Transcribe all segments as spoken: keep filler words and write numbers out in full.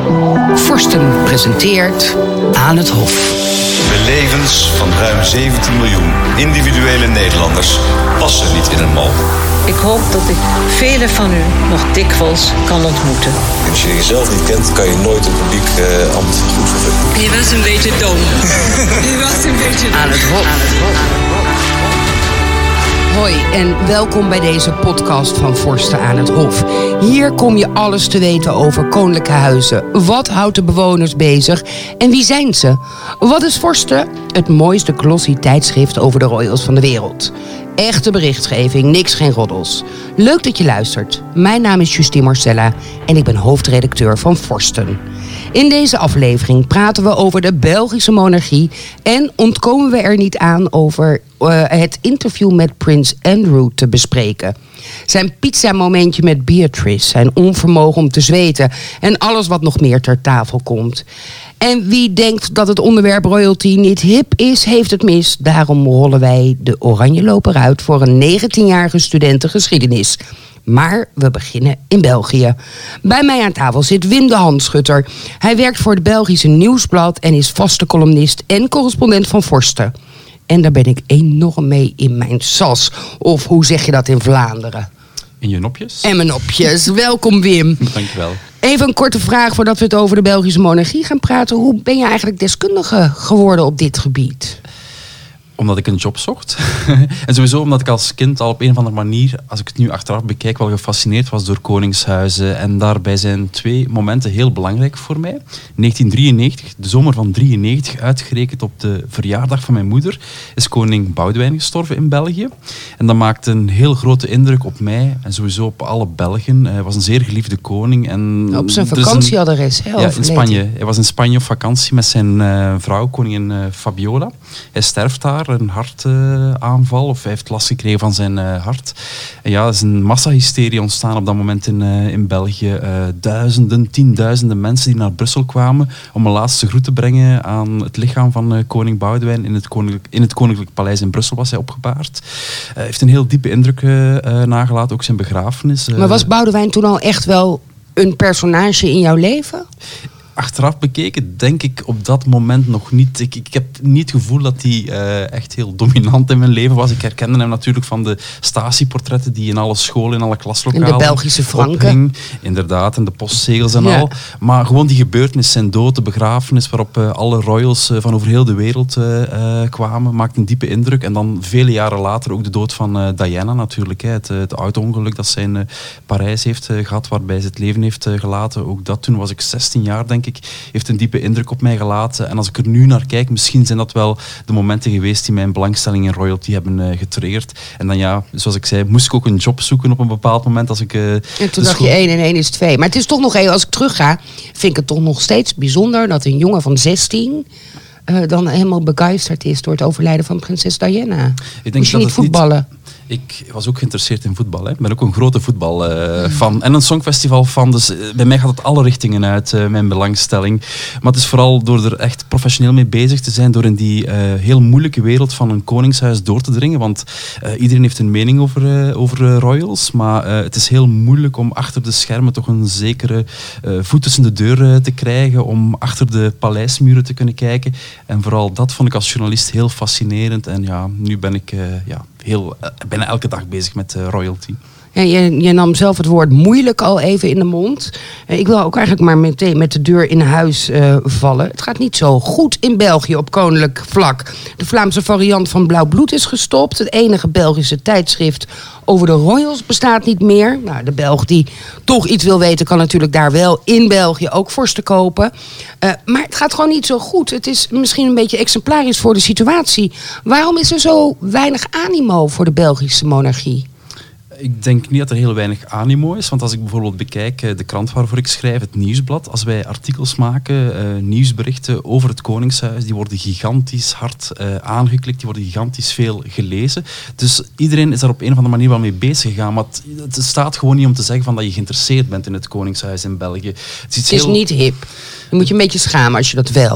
Forsten presenteert Aan het Hof. De levens van ruim zeventien miljoen individuele Nederlanders passen niet in een mal. Ik hoop dat ik velen van u nog dikwijls kan ontmoeten. Als je jezelf niet kent, kan je nooit een publiek uh, ambt goed vervullen. Je was een beetje dom. Je was een beetje dom. Aan het Hof. Aan het Hof. Hoi en welkom bij deze podcast van Forsten aan het Hof. Hier kom je alles te weten over koninklijke huizen. Wat houdt de bewoners bezig en wie zijn ze? Wat is Forsten? Het mooiste glossy tijdschrift over de royals van de wereld. Echte berichtgeving, niks geen roddels. Leuk dat je luistert. Mijn naam is Justine Marcella en ik ben hoofdredacteur van Forsten. In deze aflevering praten we over de Belgische monarchie en ontkomen we er niet aan over uh, het interview met prins Andrew te bespreken. Zijn pizzamomentje met Beatrice, zijn onvermogen om te zweten en alles wat nog meer ter tafel komt. En wie denkt dat het onderwerp royalty niet hip is, heeft het mis. Daarom rollen wij de oranje loper uit voor een negentienjarige studentengeschiedenis. Maar we beginnen in België. Bij mij aan tafel zit Wim de Handschutter. Hij werkt voor het Belgische Nieuwsblad en is vaste columnist en correspondent van Forsten. En daar ben ik enorm mee in mijn sas. Of hoe zeg je dat in Vlaanderen? In je nopjes? En mijn nopjes. Welkom Wim. Dankjewel. Even een korte vraag voordat we het over de Belgische monarchie gaan praten. Hoe ben je eigenlijk deskundige geworden op dit gebied? Omdat ik een job zocht. En sowieso omdat ik als kind al op een of andere manier, als ik het nu achteraf bekijk, wel gefascineerd was door koningshuizen. En daarbij zijn twee momenten heel belangrijk voor mij. negentien drieënnegentig, de zomer van drieënnegentig, uitgerekend op de verjaardag van mijn moeder, is koning Boudewijn gestorven in België. En dat maakte een heel grote indruk op mij en sowieso op alle Belgen. Hij was een zeer geliefde koning. En op zijn dus vakantieadres, hè? Ja, in Spanje. Hij was in Spanje op vakantie met zijn uh, vrouw, koningin uh, Fabiola. Hij sterft daar. Een hartaanval, uh, of hij heeft last gekregen van zijn uh, hart. En ja, er is een massahysterie ontstaan op dat moment in, uh, in België. Uh, duizenden, tienduizenden mensen die naar Brussel kwamen om een laatste groet te brengen aan het lichaam van uh, koning Boudewijn. In het koninklijk, in het Koninklijk Paleis in Brussel was hij opgebaard. Hij uh, heeft een heel diepe indruk uh, uh, nagelaten, ook zijn begrafenis. Uh, maar was Boudewijn toen al echt wel een personage in jouw leven? Achteraf bekeken denk ik op dat moment nog niet. Ik, ik heb niet het gevoel dat hij uh, echt heel dominant in mijn leven was. Ik herkende hem natuurlijk van de statieportretten die in alle scholen, in alle klaslokalen... En de Belgische franken. Ophing. Inderdaad, en de postzegels en ja. al. Maar gewoon die gebeurtenis, zijn dood, de begrafenis waarop uh, alle royals uh, van over heel de wereld uh, uh, kwamen, maakte een diepe indruk. En dan vele jaren later ook de dood van uh, Diana natuurlijk. Hè, het, het auto-ongeluk dat zij in uh, Parijs heeft uh, gehad, waarbij ze het leven heeft uh, gelaten. Ook dat, toen was ik zestien jaar, denk ik. Heeft een diepe indruk op mij gelaten. En als ik er nu naar kijk, misschien zijn dat wel de momenten geweest die mijn belangstelling in royalty hebben uh, getriggerd. En dan ja, zoals ik zei, moest ik ook een job zoeken op een bepaald moment. Als ik, uh, en toen dacht school... je één en één is twee. Maar het is toch nog even, als ik terugga, vind ik het toch nog steeds bijzonder dat een jongen van zestien uh, dan helemaal begeisterd is door het overlijden van prinses Diana. Ik denk Moest je niet voetballen? Niet... Ik was ook geïnteresseerd in voetbal. Ik ben ook een grote voetbalfan. Uh, en een songfestivalfan. Dus uh, bij mij gaat het alle richtingen uit, uh, mijn belangstelling. Maar het is vooral door er echt professioneel mee bezig te zijn. Door in die uh, heel moeilijke wereld van een koningshuis door te dringen. Want uh, iedereen heeft een mening over, uh, over uh, royals. Maar uh, het is heel moeilijk om achter de schermen toch een zekere uh, voet tussen de deur uh, te krijgen. Om achter de paleismuren te kunnen kijken. En vooral dat vond ik als journalist heel fascinerend. En ja, nu ben ik... Uh, ja, heel, uh, bijna elke dag bezig met uh, royalty. Ja, je, je nam zelf het woord moeilijk al even in de mond. Uh, ik wil ook eigenlijk maar meteen met de deur in huis uh, vallen. Het gaat niet zo goed in België op koninklijk vlak. De Vlaamse variant van Blauw Bloed is gestopt. Het enige Belgische tijdschrift over de royals bestaat niet meer. Nou, de Belg die toch iets wil weten kan natuurlijk daar wel in België ook Forsten kopen. Uh, maar het gaat gewoon niet zo goed. Het is misschien een beetje exemplarisch voor de situatie. Waarom is er zo weinig animo voor de Belgische monarchie? Ik denk niet dat er heel weinig animo is. Want als ik bijvoorbeeld bekijk de krant waarvoor ik schrijf, het Nieuwsblad. Als wij artikels maken, uh, nieuwsberichten over het Koningshuis, die worden gigantisch hard uh, aangeklikt. Die worden gigantisch veel gelezen. Dus iedereen is daar op een of andere manier wel mee bezig gegaan. Maar het, het staat gewoon niet om te zeggen van dat je geïnteresseerd bent in het Koningshuis in België. Het is, het is heel... niet hip. Je moet je een beetje schamen als je dat wel...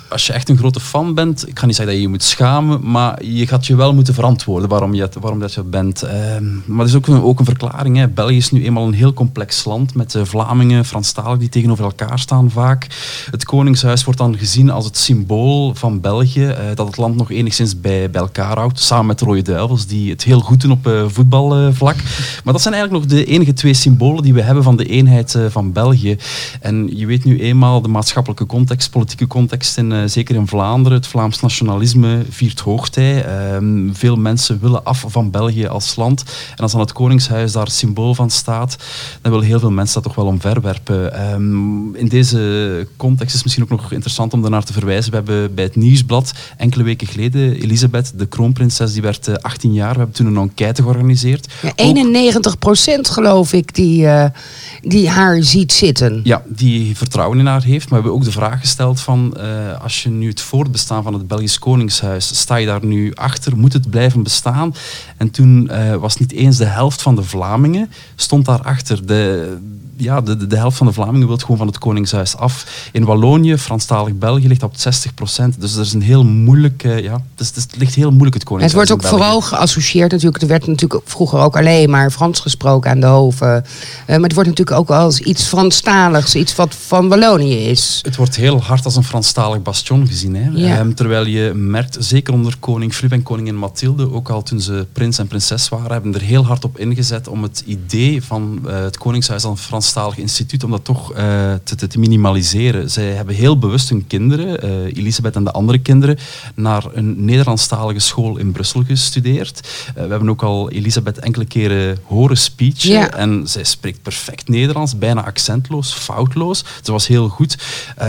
als je echt een grote fan bent, ik ga niet zeggen dat je je moet schamen, maar je gaat je wel moeten verantwoorden waarom je, waarom dat je bent. Uh, maar er is ook een, ook een verklaring. Hè. België is nu eenmaal een heel complex land met uh, Vlamingen, Franstaligen die tegenover elkaar staan vaak. Het Koningshuis wordt dan gezien als het symbool van België, uh, dat het land nog enigszins bij, bij elkaar houdt, samen met de Rode Duivels, die het heel goed doen op uh, voetbalvlak. Uh, maar dat zijn eigenlijk nog de enige twee symbolen die we hebben van de eenheid uh, van België. En je weet nu eenmaal de maatschappelijke context, politieke context, in, uh, zeker in Vlaanderen. Het Vlaams nationalisme viert hoogtij. Uh, veel mensen willen af van België als land. En als dan het Koningshuis daar symbool van staat, dan willen heel veel mensen dat toch wel omverwerpen. Um, in deze context is het misschien ook nog interessant om daarnaar te verwijzen. We hebben bij het Nieuwsblad enkele weken geleden Elisabeth, de kroonprinses, die werd uh, achttien jaar. We hebben toen een enquête georganiseerd. Ja, eenennegentig procent geloof ik die, uh, die haar ziet zitten. Ja, die vertrouwen in haar heeft. Maar we hebben ook de vraag gesteld van, uh, als je nu het voortbestaan van het Belgisch Koningshuis, sta je daar nu achter? Moet het blijven bestaan? En toen uh, was niet eens de helft van de Vlamingen stond daarachter. De, ja, de, de, de helft van de Vlamingen wil gewoon van het Koningshuis af. In Wallonië, Franstalig België, ligt dat op zestig procent. Dus dat is een heel moeilijk, uh, ja, dus, dus het ligt heel moeilijk het Koningshuis. Het wordt ook vooral geassocieerd natuurlijk. Er werd natuurlijk vroeger ook alleen maar Frans gesproken aan de hoven. Uh, maar het wordt natuurlijk ook als iets Franstaligs, iets wat van Wallonië is. Het wordt heel hard als een Franstalig bastion gezien. Hè? Ja. Um, terwijl je merkt, zeker onder koning Filip en koningin Mathilde, ook al toen ze prins en prinses waren, hebben er heel hard op ingezet om het idee van uh, het Koningshuis als een Franstalig instituut, om dat toch uh, te, te, te minimaliseren. Zij hebben heel bewust hun kinderen, uh, Elisabeth en de andere kinderen, naar een Nederlandstalige school in Brussel gestudeerd. Uh, we hebben ook al Elisabeth enkele keren horen speechen. Ja. En zij spreekt perfect Nederlands, bijna accentloos, foutloos. Ze was heel goed.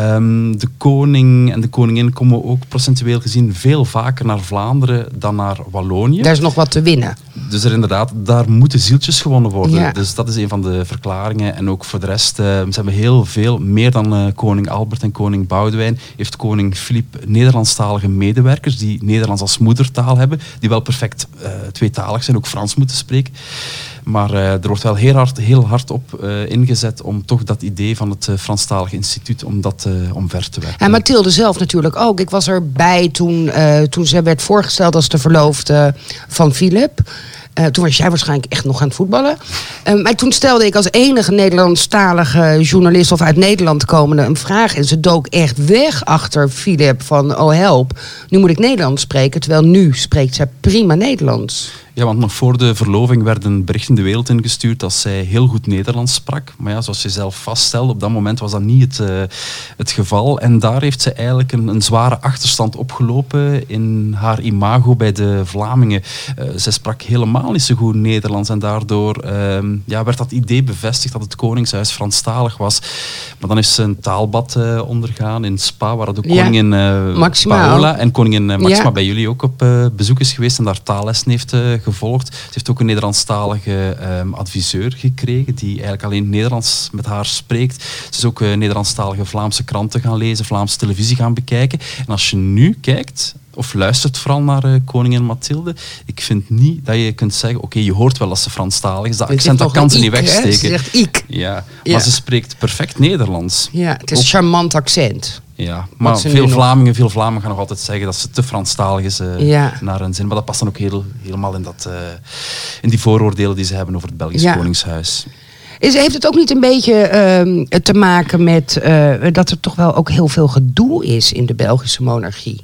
Um, de koning en de koningin komen ook procentueel gezien veel vaker naar Vlaanderen dan naar Wallonië. Daar is nog wat te winnen. Dus er inderdaad, daar moeten zieltjes gewonnen worden. Ja. Dus dat is een van de verklaringen. En ook voor de rest, uh, ze hebben heel veel, meer dan uh, koning Albert en koning Boudewijn, heeft koning Filip Nederlandstalige medewerkers die Nederlands als moedertaal hebben, die wel perfect uh, tweetalig zijn, ook Frans moeten spreken. Maar uh, er wordt wel heel hard, heel hard op uh, ingezet om toch dat idee van het uh, Franstalige instituut, om dat uh, omver te werken. En Mathilde zelf natuurlijk ook. Ik was erbij toen, uh, toen ze werd voorgesteld als de verloofde van Filip. Uh, toen was jij waarschijnlijk echt nog aan het voetballen. Uh, maar toen stelde ik als enige Nederlandstalige journalist of uit Nederland komende een vraag. En ze dook echt weg achter Filip van, oh help, nu moet ik Nederlands spreken. Terwijl nu spreekt zij prima Nederlands. Ja, want nog voor de verloving werden berichten de wereld ingestuurd dat zij heel goed Nederlands sprak. Maar ja, zoals je zelf vaststelde, op dat moment was dat niet het, uh, het geval. En daar heeft ze eigenlijk een, een zware achterstand opgelopen in haar imago bij de Vlamingen. Uh, zij sprak helemaal niet zo goed Nederlands en daardoor uh, ja, werd dat idee bevestigd dat het Koningshuis Franstalig was. Maar dan is ze een taalbad uh, ondergaan in Spa, waar de koningin uh, Paola en koningin uh, Maxima ja. bij jullie ook op uh, bezoek is geweest en daar taallessen heeft uh, gevolgd. Ze heeft ook een Nederlandstalige um, adviseur gekregen die eigenlijk alleen Nederlands met haar spreekt. Ze is ook uh, Nederlandstalige Vlaamse kranten gaan lezen, Vlaamse televisie gaan bekijken. En als je nu kijkt, of luistert vooral naar uh, koningin Mathilde, ik vind niet dat je kunt zeggen, oké, okay, je hoort wel dat ze Franstalig is, dat accent, dat kan ze niet wegsteken. Ze zegt ik. Ja, maar ja. ze spreekt perfect Nederlands. Ja, het is een charmant accent. Ja, maar veel Vlamingen, veel Vlamingen gaan nog altijd zeggen dat ze te Franstalig is uh, ja. naar hun zin. Maar dat past dan ook heel, helemaal in, dat, uh, in die vooroordelen die ze hebben over het Belgisch ja. Koningshuis. Is, heeft het ook niet een beetje uh, te maken met uh, dat er toch wel ook heel veel gedoe is in de Belgische monarchie?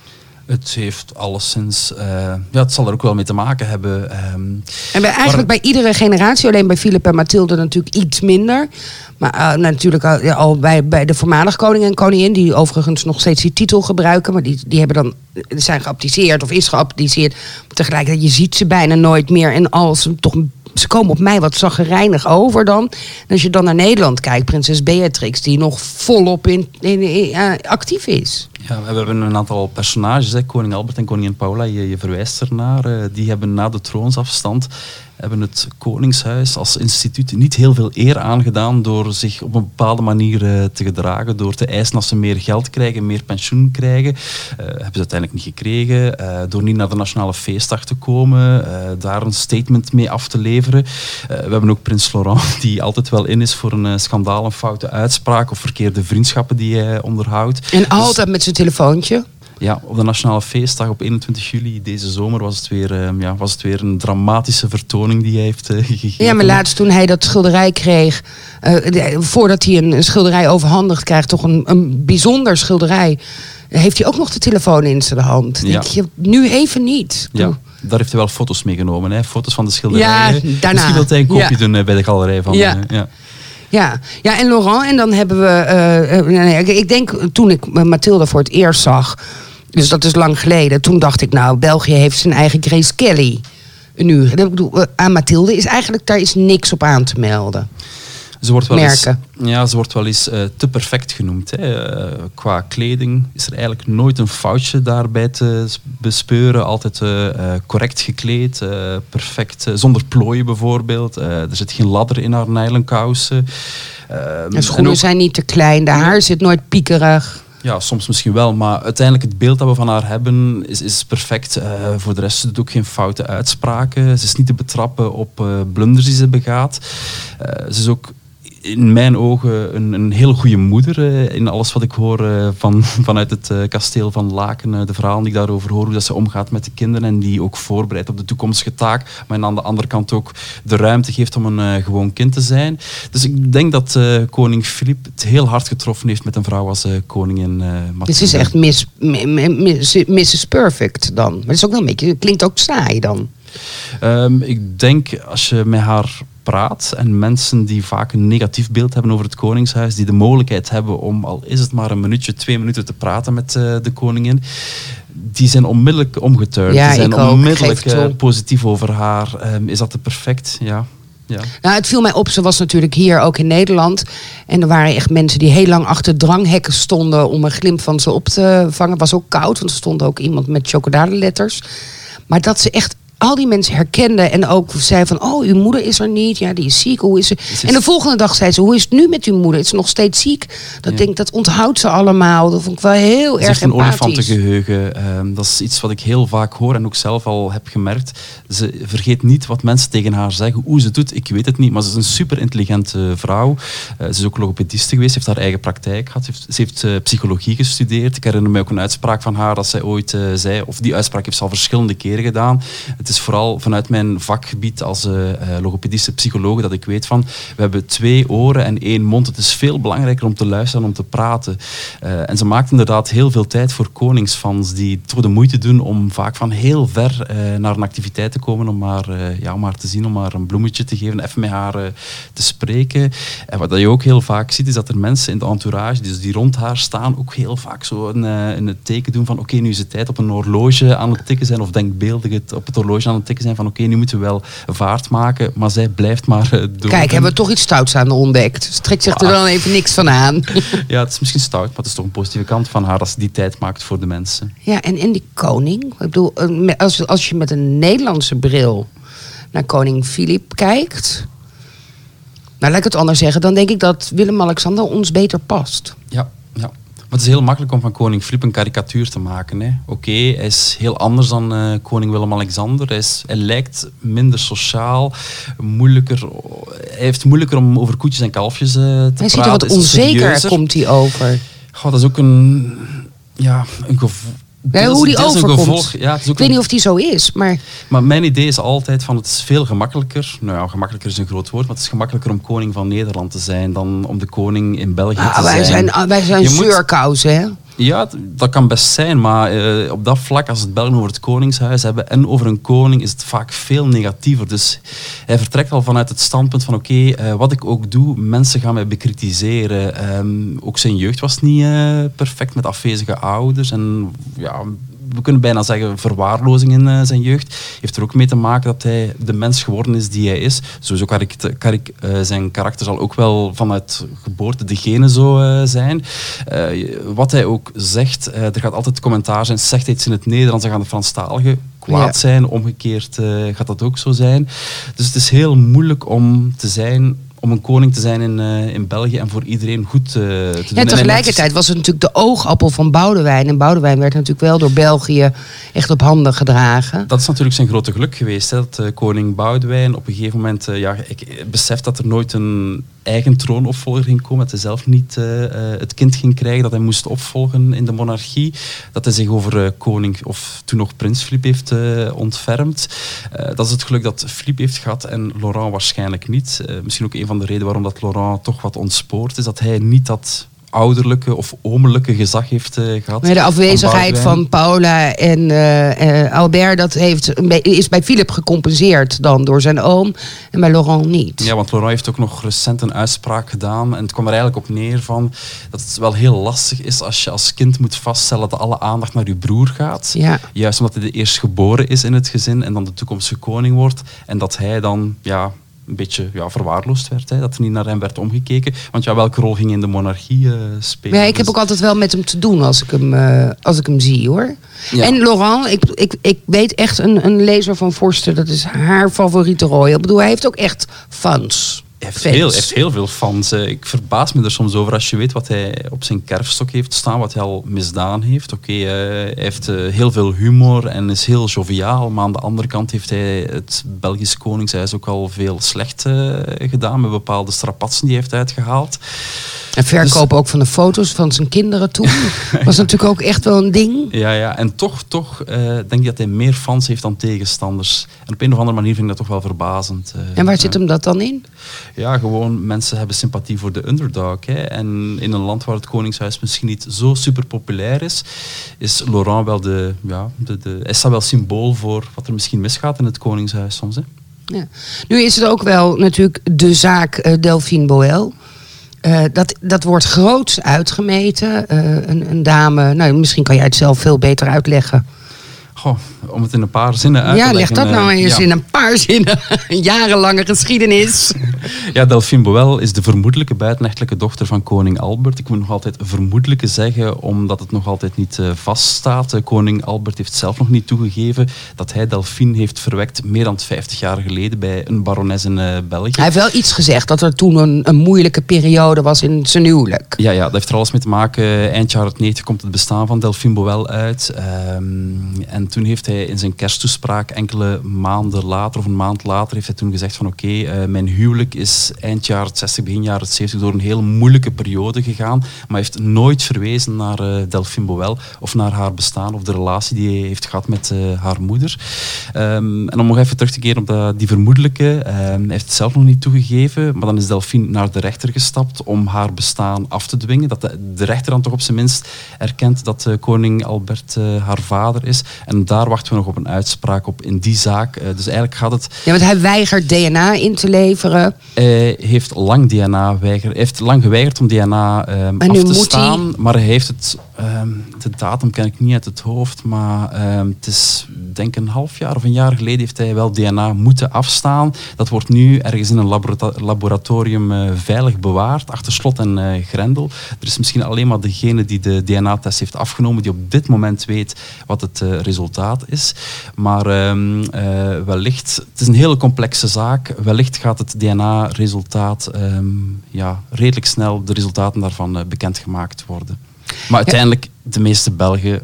Het heeft alleszins... Uh, ja, het zal er ook wel mee te maken hebben. Um, en bij, eigenlijk maar, bij iedere generatie, alleen bij Filip en Mathilde natuurlijk iets minder. Maar uh, natuurlijk al, ja, al bij, bij de voormalige koning en koningin, die overigens nog steeds die titel gebruiken, maar die, die hebben dan, zijn geabdiceerd of is geabdiceerd. Tegelijkertijd, je ziet ze bijna nooit meer. En als toch, ze komen op mij wat chagrijnig over dan. En als je dan naar Nederland kijkt, prinses Beatrix, die nog volop in, in, in, uh, actief is. Ja, we hebben een aantal personages, hè. Koning Albert en koningin Paola, je, je verwijst ernaar. Uh, die hebben na de troonsafstand hebben het Koningshuis als instituut niet heel veel eer aangedaan door zich op een bepaalde manier uh, te gedragen, door te eisen dat ze meer geld krijgen, meer pensioen krijgen. Uh, hebben ze uiteindelijk niet gekregen. Uh, door niet naar de nationale feestdag te komen, uh, daar een statement mee af te leveren. Uh, we hebben ook prins Laurent, die altijd wel in is voor een uh, schandaal, een foute uitspraak of verkeerde vriendschappen die hij onderhoudt. En altijd met zijn een telefoontje. Ja, op de Nationale Feestdag op eenentwintig juli deze zomer was het weer, uh, ja, was het weer een dramatische vertoning die hij heeft uh, gegeven. Ja, maar laatst toen hij dat schilderij kreeg, uh, de, voordat hij een, een schilderij overhandigd krijgt, toch een, een bijzonder schilderij, heeft hij ook nog de telefoon in zijn hand. Ja. Denk je, nu even niet. Ja. Doe. Daar heeft hij wel foto's meegenomen, hè? Foto's van de schilderijen. Ja, daarna. Misschien wil hij een kopje ja. doen uh, bij de galerij van. Ja. Uh, ja. Ja. ja, en Laurent, en dan hebben we... Uh, uh, nee, ik denk, toen ik Mathilde voor het eerst zag, dus dat is lang geleden, toen dacht ik, nou, België heeft zijn eigen Grace Kelly nu. Ik bedoel, uh, aan Mathilde is eigenlijk, daar is niks op aan te melden. Ze wordt wel Merken. eens, ja, ze wordt wel eens uh, te perfect genoemd. Hè. Uh, qua kleding is er eigenlijk nooit een foutje daarbij te bespeuren. Altijd uh, uh, correct gekleed, uh, perfect, uh, zonder plooien bijvoorbeeld. Uh, er zit geen ladder in haar nylonkousen. Uh, de schoenen ook, zijn niet te klein, de haar zit nooit piekerig. Ja, soms misschien wel, maar uiteindelijk het beeld dat we van haar hebben is, is perfect. Uh, voor de rest doet ook geen foute uitspraken. Ze is niet te betrappen op uh, blunders die ze begaat. Uh, ze is ook in mijn ogen een, een heel goede moeder. Uh, in alles wat ik hoor uh, van, vanuit het uh, kasteel van Laken. Uh, de verhalen die ik daarover hoor, hoe dat ze omgaat met de kinderen en die ook voorbereidt op de toekomstige taak. Maar aan de andere kant ook de ruimte geeft om een uh, gewoon kind te zijn. Dus ik denk dat uh, koning Filip het heel hard getroffen heeft met een vrouw als uh, koningin uh, Mathilde. Dit is echt miss, miss, missus Perfect dan. Maar het is ook wel een beetje, het klinkt ook saai dan. Um, ik denk, als je met haar praat en mensen die vaak een negatief beeld hebben over het Koningshuis, die de mogelijkheid hebben om, al is het maar een minuutje, twee minuten te praten met uh, de koningin, die zijn onmiddellijk omgeturnd. Ja, die zijn ik ook. onmiddellijk uh, positief over haar. Um, is dat te perfect? Ja. Ja. Nou, het viel mij op, ze was natuurlijk hier ook in Nederland. En er waren echt mensen die heel lang achter dranghekken stonden om een glimp van ze op te vangen. Het was ook koud, want er stond ook iemand met chocoladeletters. Maar dat ze echt al die mensen herkenden en ook zei van, oh, uw moeder is er niet. Ja, die is ziek. Hoe is ze? Is... En de volgende dag zei ze, hoe is het nu met uw moeder? Is ze nog steeds ziek? Dat ja. denk, dat onthoudt ze allemaal. Dat vond ik wel heel ze erg heeft empathisch. een olifantengeheugen. Um, dat is iets wat ik heel vaak hoor en ook zelf al heb gemerkt. Ze vergeet niet wat mensen tegen haar zeggen. Hoe ze het doet, ik weet het niet. Maar ze is een super intelligente vrouw. Uh, ze is ook logopediste geweest, heeft haar eigen praktijk gehad. Ze heeft, ze heeft uh, psychologie gestudeerd. Ik herinner me ook een uitspraak van haar dat zij ooit uh, zei, of die uitspraak heeft ze al verschillende keren gedaan. Het is vooral vanuit mijn vakgebied als uh, logopedische psycholoog dat ik weet van, we hebben twee oren en één mond. Het is veel belangrijker om te luisteren dan om te praten. Uh, en ze maakt inderdaad heel veel tijd voor koningsfans die toch de moeite doen om vaak van heel ver uh, naar een activiteit te komen om haar, uh, ja, om haar te zien, om haar een bloemetje te geven, even met haar uh, te spreken. En wat je ook heel vaak ziet, is dat er mensen in de entourage, dus die rond haar staan, ook heel vaak zo een, uh, een teken doen van, oké, okay, nu is het tijd op een horloge aan het tikken zijn, of denkbeeldig het op het horloge aan het tikken zijn van, oké, okay, nu moeten we wel vaart maken, maar zij blijft maar uh, door. Kijk, hebben we toch iets stouts aan ontdekt. Ze trekt zich er dan even niks van aan. Ja, het is misschien stout, maar het is toch een positieve kant van haar als ze die tijd maakt voor de mensen. Ja, en, en die koning, ik bedoel, als, als je met een Nederlandse bril naar koning Filip kijkt, nou, laat ik het anders zeggen, dan denk ik dat Willem-Alexander ons beter past. Ja, ja. Maar het is heel makkelijk om van koning Filip een karikatuur te maken. Oké, okay, hij is heel anders dan uh, koning Willem-Alexander. Hij, hij lijkt minder sociaal, moeilijker. Hij heeft moeilijker om over koetjes en kalfjes uh, te hij praten. Hij ziet er wat onzeker, komt hij over. Goh, dat is ook een, ja, een gevoel. Ja, hoe die overkomt. Ja, ik weet een... niet of die zo is, maar... Maar mijn idee is altijd van, het is veel gemakkelijker, nou ja, gemakkelijker is een groot woord, maar het is gemakkelijker om koning van Nederland te zijn dan om de koning in België ah, te wij zijn. zijn. Wij zijn zeurkousen, hè? Ja, dat kan best zijn, maar uh, op dat vlak, als het Belgen over het koningshuis hebben en over een koning, is het vaak veel negatiever. Dus hij vertrekt al vanuit het standpunt van, oké, okay, uh, wat ik ook doe, mensen gaan mij bekritiseren. Um, ook zijn jeugd was niet uh, perfect met afwezige ouders en ja, we kunnen bijna zeggen verwaarlozing in uh, zijn jeugd. Heeft er ook mee te maken dat hij de mens geworden is die hij is. Sowieso kan ik, kan ik uh, zijn karakter zal ook wel vanuit geboorte de genen zo uh, zijn. Uh, wat hij ook zegt, uh, er gaat altijd commentaar zijn, zegt hij iets in het Nederlands, dan gaan de Franstaligen kwaad ja. zijn. Omgekeerd uh, gaat dat ook zo zijn. Dus het is heel moeilijk om te zijn, om een koning te zijn in, uh, in België en voor iedereen goed uh, te doen. Ja, tegelijkertijd was het natuurlijk de oogappel van Boudewijn. En Boudewijn werd natuurlijk wel door België echt op handen gedragen. Dat is natuurlijk zijn grote geluk geweest. Hè, dat uh, koning Boudewijn op een gegeven moment... Uh, ja, ik besef dat er nooit een eigen troonopvolger ging komen, dat hij zelf niet uh, uh, het kind ging krijgen, dat hij moest opvolgen in de monarchie, dat hij zich over uh, koning, of toen nog prins Philippe heeft uh, ontfermd. Uh, dat is het geluk dat Philippe heeft gehad en Laurent waarschijnlijk niet. Uh, misschien ook een van de redenen waarom dat Laurent toch wat ontspoord is, dat hij niet dat ouderlijke of omelijke gezag heeft uh, gehad. Maar de afwezigheid van, van Paula en uh, uh, Albert, dat heeft, is bij Philippe gecompenseerd dan door zijn oom en bij Laurent niet. Ja, want Laurent heeft ook nog recent een uitspraak gedaan en het kwam er eigenlijk op neer van dat het wel heel lastig is als je als kind moet vaststellen dat alle aandacht naar je broer gaat. Ja. Juist omdat hij de eerstgeboren is in het gezin en dan de toekomstige koning wordt en dat hij dan, ja, een beetje ja, verwaarloosd werd. Hè, dat er niet naar hem werd omgekeken. Want ja, welke rol ging hij in de monarchie uh, spelen? Ja, ik heb ook altijd wel met hem te doen als ik hem, uh, als ik hem zie, hoor. Ja. En Laurent, ik, ik, ik weet echt, een, een lezer van Forster, dat is haar favoriete royal. Ik bedoel, hij heeft ook echt fans. Hij heeft heel, heeft heel veel fans. Ik verbaas me er soms over als je weet wat hij op zijn kerfstok heeft staan, wat hij al misdaan heeft. Oké, okay, hij heeft heel veel humor en is heel joviaal, maar aan de andere kant heeft hij het Belgisch Koningshuis ook al veel slecht uh, gedaan met bepaalde strapatsen die hij heeft uitgehaald. En verkoop dus ook van de foto's van zijn kinderen toen. Was natuurlijk ook echt wel een ding. Ja, ja. En toch, toch uh, denk ik dat hij meer fans heeft dan tegenstanders. En op een of andere manier vind ik dat toch wel verbazend. Uh, en waar zit uh, hem dat dan in? Ja, gewoon mensen hebben sympathie voor de underdog. Hè. En in een land waar het Koningshuis misschien niet zo super populair is, is Laurent wel de, ja, de, de, is dat wel symbool voor wat er misschien misgaat in het Koningshuis soms. Hè. Ja. Nu is het ook wel natuurlijk de zaak uh, Delphine Boel. Uh, dat, dat wordt groots uitgemeten. Uh, een, een dame, nou, misschien kan jij het zelf veel beter uitleggen. Goh, om het in een paar zinnen uit te leggen. Ja, leg leggen, dat nou eens ja. in een paar zinnen. Een jarenlange geschiedenis. Ja, Delphine Boel is de vermoedelijke buitenechtelijke dochter van koning Albert. Ik moet nog altijd vermoedelijke zeggen, omdat het nog altijd niet uh, vaststaat. Uh, koning Albert heeft zelf nog niet toegegeven dat hij Delphine heeft verwekt meer dan vijftig jaar geleden bij een barones in uh, België. Hij heeft wel iets gezegd, dat er toen een, een moeilijke periode was in zijn huwelijk. Ja, ja, dat heeft er alles mee te maken. Eind jaren negentig komt het bestaan van Delphine Boel uit. Um, en toen heeft hij in zijn kersttoespraak enkele maanden later, of een maand later, heeft hij toen gezegd van oké, okay, uh, mijn huwelijk is eind jaren zestig, begin jaren zeventig door een heel moeilijke periode gegaan, maar heeft nooit verwezen naar uh, Delphine Boel of naar haar bestaan of de relatie die hij heeft gehad met uh, haar moeder. Um, en om nog even terug te keren op dat, die vermoedelijke, um, hij heeft het zelf nog niet toegegeven, maar dan is Delphine naar de rechter gestapt om haar bestaan af te dwingen. Dat de, de rechter dan toch op zijn minst erkent dat uh, koning Albert uh, haar vader is. En daar wachten we nog op een uitspraak op in die zaak. Uh, dus eigenlijk gaat het... Ja, want hij weigert D N A in te leveren. Hij heeft lang, D N A weiger, heeft lang geweigerd om D N A um, af te staan. Hij... Maar hij heeft het... Um, de datum ken ik niet uit het hoofd, maar um, het is denk een half jaar of een jaar geleden heeft hij wel D N A moeten afstaan. Dat wordt nu ergens in een laborata- laboratorium uh, veilig bewaard, achter slot en uh, grendel. Er is misschien alleen maar degene die de D N A-test heeft afgenomen, die op dit moment weet wat het uh, resultaat is. Maar um, uh, wellicht, het is een hele complexe zaak, wellicht gaat het D N A-resultaat um, ja, redelijk snel, de resultaten daarvan uh, bekendgemaakt worden. Maar uiteindelijk, de meeste Belgen,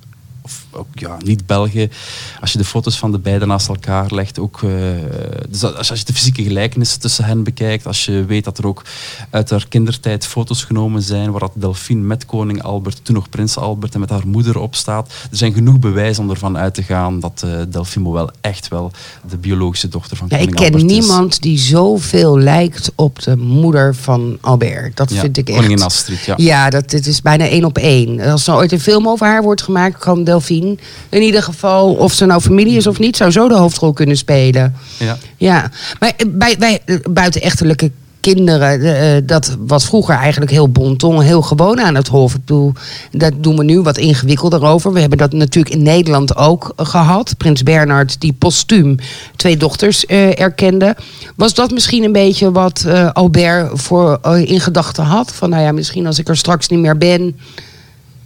of ook ja, niet-Belgen, als je de foto's van de beiden naast elkaar legt, ook, uh, dus als, als je de fysieke gelijkenissen tussen hen bekijkt, als je weet dat er ook uit haar kindertijd foto's genomen zijn waar dat Delphine met koning Albert, toen nog prins Albert, en met haar moeder op staat. Er zijn genoeg bewijzen om ervan uit te gaan dat uh, Delphine Boel echt wel de biologische dochter van ja, koning Albert is. Ik ken niemand die zoveel lijkt op de moeder van Albert. Dat ja, vind ik echt... Koningin Astrid, ja. Ja, dat, dit is bijna één op één. Als er ooit een film over haar wordt gemaakt, kan Delphine in ieder geval, of ze nou familie is of niet, zou zo de hoofdrol kunnen spelen. Ja. Ja. Maar bij, bij buitenechtelijke kinderen, uh, dat was vroeger eigenlijk heel bonton, heel gewoon aan het hof. Ik bedoel, dat doen we nu wat ingewikkelder over. We hebben dat natuurlijk in Nederland ook gehad. Prins Bernhard, die postuum twee dochters uh, erkende. Was dat misschien een beetje wat uh, Albert voor uh, in gedachten had? Van nou ja, misschien als ik er straks niet meer ben...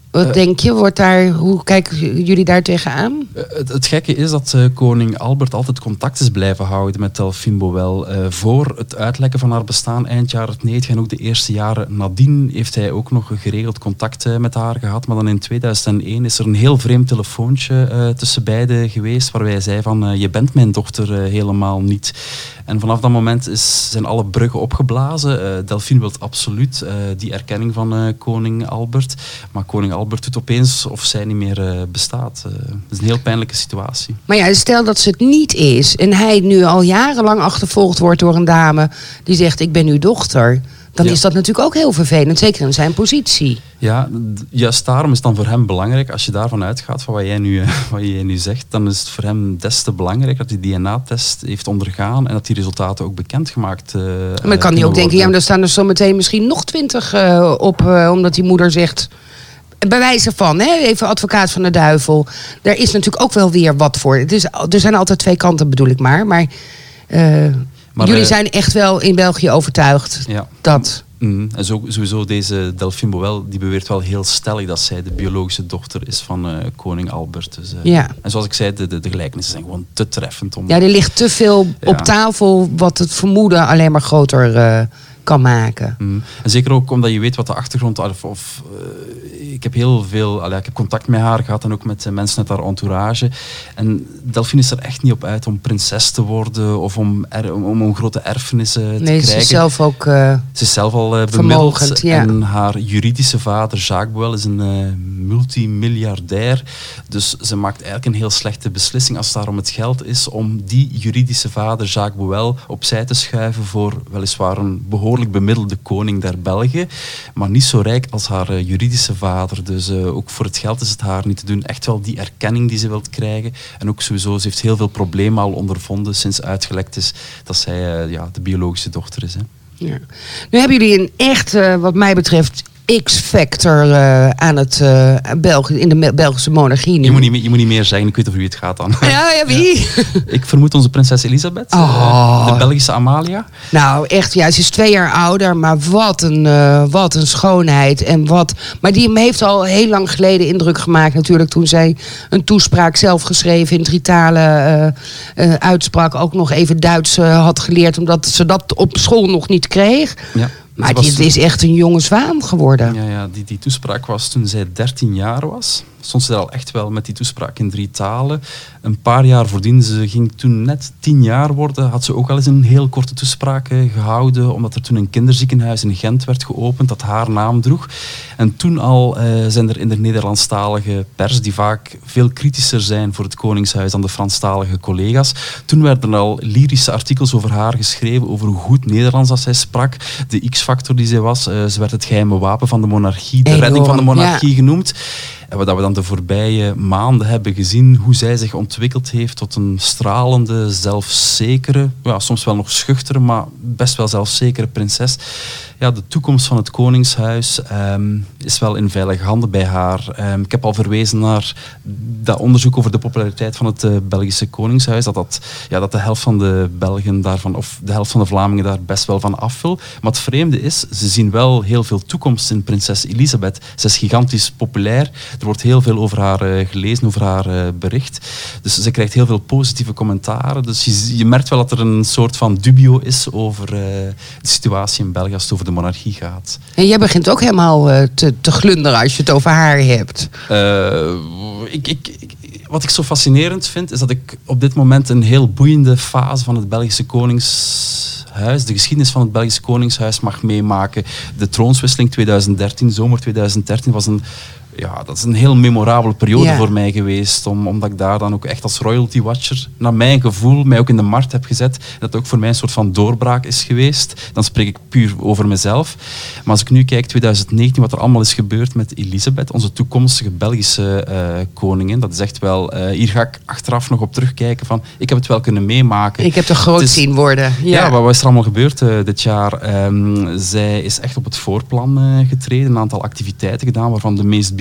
Wat Uh, denk je? Wordt daar, hoe kijken jullie daar tegenaan? Uh, het, het gekke is dat uh, koning Albert altijd contact is blijven houden met Delphine Bouwel. Uh, voor het uitlekken van haar bestaan eind jaren negentig en ook de eerste jaren nadien heeft hij ook nog geregeld contact uh, met haar gehad. Maar dan in tweeduizend één is er een heel vreemd telefoontje uh, tussen beiden geweest waarbij hij zei van uh, je bent mijn dochter uh, helemaal niet. En vanaf dat moment is, zijn alle bruggen opgeblazen. Uh, Delphine wil absoluut uh, die erkenning van uh, koning Albert. Maar koning Albert doet opeens of zij niet meer uh, bestaat. Uh, dat is een heel pijnlijke situatie. Maar ja, stel dat ze het niet is en hij nu al jarenlang achtervolgd wordt door een dame die zegt ik ben uw dochter. Dan ja. is dat natuurlijk ook heel vervelend, zeker in zijn positie. Ja, juist daarom is het dan voor hem belangrijk, als je daarvan uitgaat, van wat jij nu, wat jij nu zegt, dan is het voor hem des te belangrijk dat hij die D N A-test heeft ondergaan en dat die resultaten ook bekendgemaakt uh, Maar dan kan hij ook denken, ja, maar er staan er zo meteen misschien nog twintig uh, op, uh, omdat die moeder zegt, bij wijze van, hè, even advocaat van de duivel, daar is natuurlijk ook wel weer wat voor. Het is, er zijn altijd twee kanten, bedoel ik maar, maar... Uh, Maar, jullie uh, zijn echt wel in België overtuigd ja. dat... Mm, en zo, sowieso deze Delphine Bouwel, die beweert wel heel stellig dat zij de biologische dochter is van uh, koning Albert. Dus, uh, ja. En zoals ik zei, de, de, de gelijkenissen zijn gewoon te treffend. Om... Ja, er ligt te veel ja. op tafel wat het vermoeden alleen maar groter uh, kan maken. Mm. En zeker ook omdat je weet wat de achtergrond... Of, of, uh, ik heb heel veel... Allee, ik heb contact met haar gehad en ook met uh, mensen uit haar entourage. En Delphine is er echt niet op uit om prinses te worden of om, er, om, om grote erfenissen te nee, krijgen. Ze is zelf ook uh, Ze is zelf al uh, bemiddeld. Ja. En haar juridische vader, Jacques Bouwel, is een uh, multimiljardair. Dus ze maakt eigenlijk een heel slechte beslissing als het daar om het geld is om die juridische vader, Jacques Bouwel, opzij te schuiven voor weliswaar een behoorlijk bemiddelde koning der Belgen, maar niet zo rijk als haar uh, juridische vader. Dus uh, ook voor het geld is het haar niet te doen. Echt wel die erkenning die ze wilt krijgen. En ook sowieso, ze heeft heel veel problemen al ondervonden sinds uitgelekt is dat zij uh, ja, de biologische dochter is. Hè. Ja. Nu hebben jullie een echt, uh, wat mij betreft, X-factor uh, aan het uh, België, in de Belgische monarchie nu. Je moet, niet, je moet niet meer zeggen, ik weet over wie het gaat dan. Ja, ja wie? Ja. Ik vermoed onze prinses Elisabeth, oh. uh, de Belgische Amalia. Nou, echt, ja, ze is twee jaar ouder, maar wat een, uh, wat een schoonheid. En wat, maar die heeft al heel lang geleden indruk gemaakt natuurlijk toen zij een toespraak zelf geschreven in drie talen uh, uh, uitsprak. Ook nog even Duits uh, had geleerd, omdat ze dat op school nog niet kreeg. Ja. Maar die is echt een jonge zwaan geworden. Ja, ja die, die toespraak was toen zij dertien jaar was. Stond ze daar al echt wel met die toespraak in drie talen. Een paar jaar voordien, ze ging toen net tien jaar worden, had ze ook al eens een heel korte toespraak eh, gehouden, omdat er toen een kinderziekenhuis in Gent werd geopend dat haar naam droeg. En toen al eh, zijn er in de Nederlandstalige pers, die vaak veel kritischer zijn voor het Koningshuis dan de Franstalige collega's, toen werden er al lyrische artikels over haar geschreven, over hoe goed Nederlands dat zij sprak, de X-factor die zij was. Uh, ze werd het geheime wapen van de monarchie, de Enorm, redding van de monarchie ja. genoemd. En wat we dan de voorbije maanden hebben gezien, hoe zij zich ontwikkeld heeft tot een stralende, zelfzekere, ja, soms wel nog schuchtere, maar best wel zelfzekere prinses. Ja, de toekomst van het Koningshuis um, is wel in veilige handen bij haar. Um, ik heb al verwezen naar dat onderzoek over de populariteit van het uh, Belgische Koningshuis, dat, dat, ja, dat de helft van de Belgen daarvan, of de helft van de Vlamingen daar best wel van af wil. Maar het vreemde is, ze zien wel heel veel toekomst in prinses Elisabeth. Ze is gigantisch populair. Er wordt heel veel over haar uh, gelezen, over haar uh, bericht. Dus ze krijgt heel veel positieve commentaren. Dus je, je merkt wel dat er een soort van dubio is over uh, de situatie in België als het over de monarchie gaat. En jij begint ook helemaal uh, te, te glunderen als je het over haar hebt. Uh, ik, ik, ik, wat ik zo fascinerend vind, is dat ik op dit moment een heel boeiende fase van het Belgische Koningshuis, de geschiedenis van het Belgische Koningshuis mag meemaken. De troonswisseling tweeduizend dertien, zomer tweeduizend dertien, was een Ja, dat is een heel memorabele periode ja. voor mij geweest. Om, omdat ik daar dan ook echt als royalty watcher, naar mijn gevoel, mij ook in de markt heb gezet. Dat ook voor mij een soort van doorbraak is geweest. Dan spreek ik puur over mezelf. Maar als ik nu kijk, tweeduizend negentien, wat er allemaal is gebeurd met Elisabeth, onze toekomstige Belgische uh, koningin. Dat is echt wel, uh, hier ga ik achteraf nog op terugkijken van, ik heb het wel kunnen meemaken. Ik heb er groot is, zien worden. Ja, ja wat, wat is er allemaal gebeurd uh, dit jaar? Um, zij is echt op het voorplan uh, getreden. Een aantal activiteiten gedaan, waarvan de meest bijzondere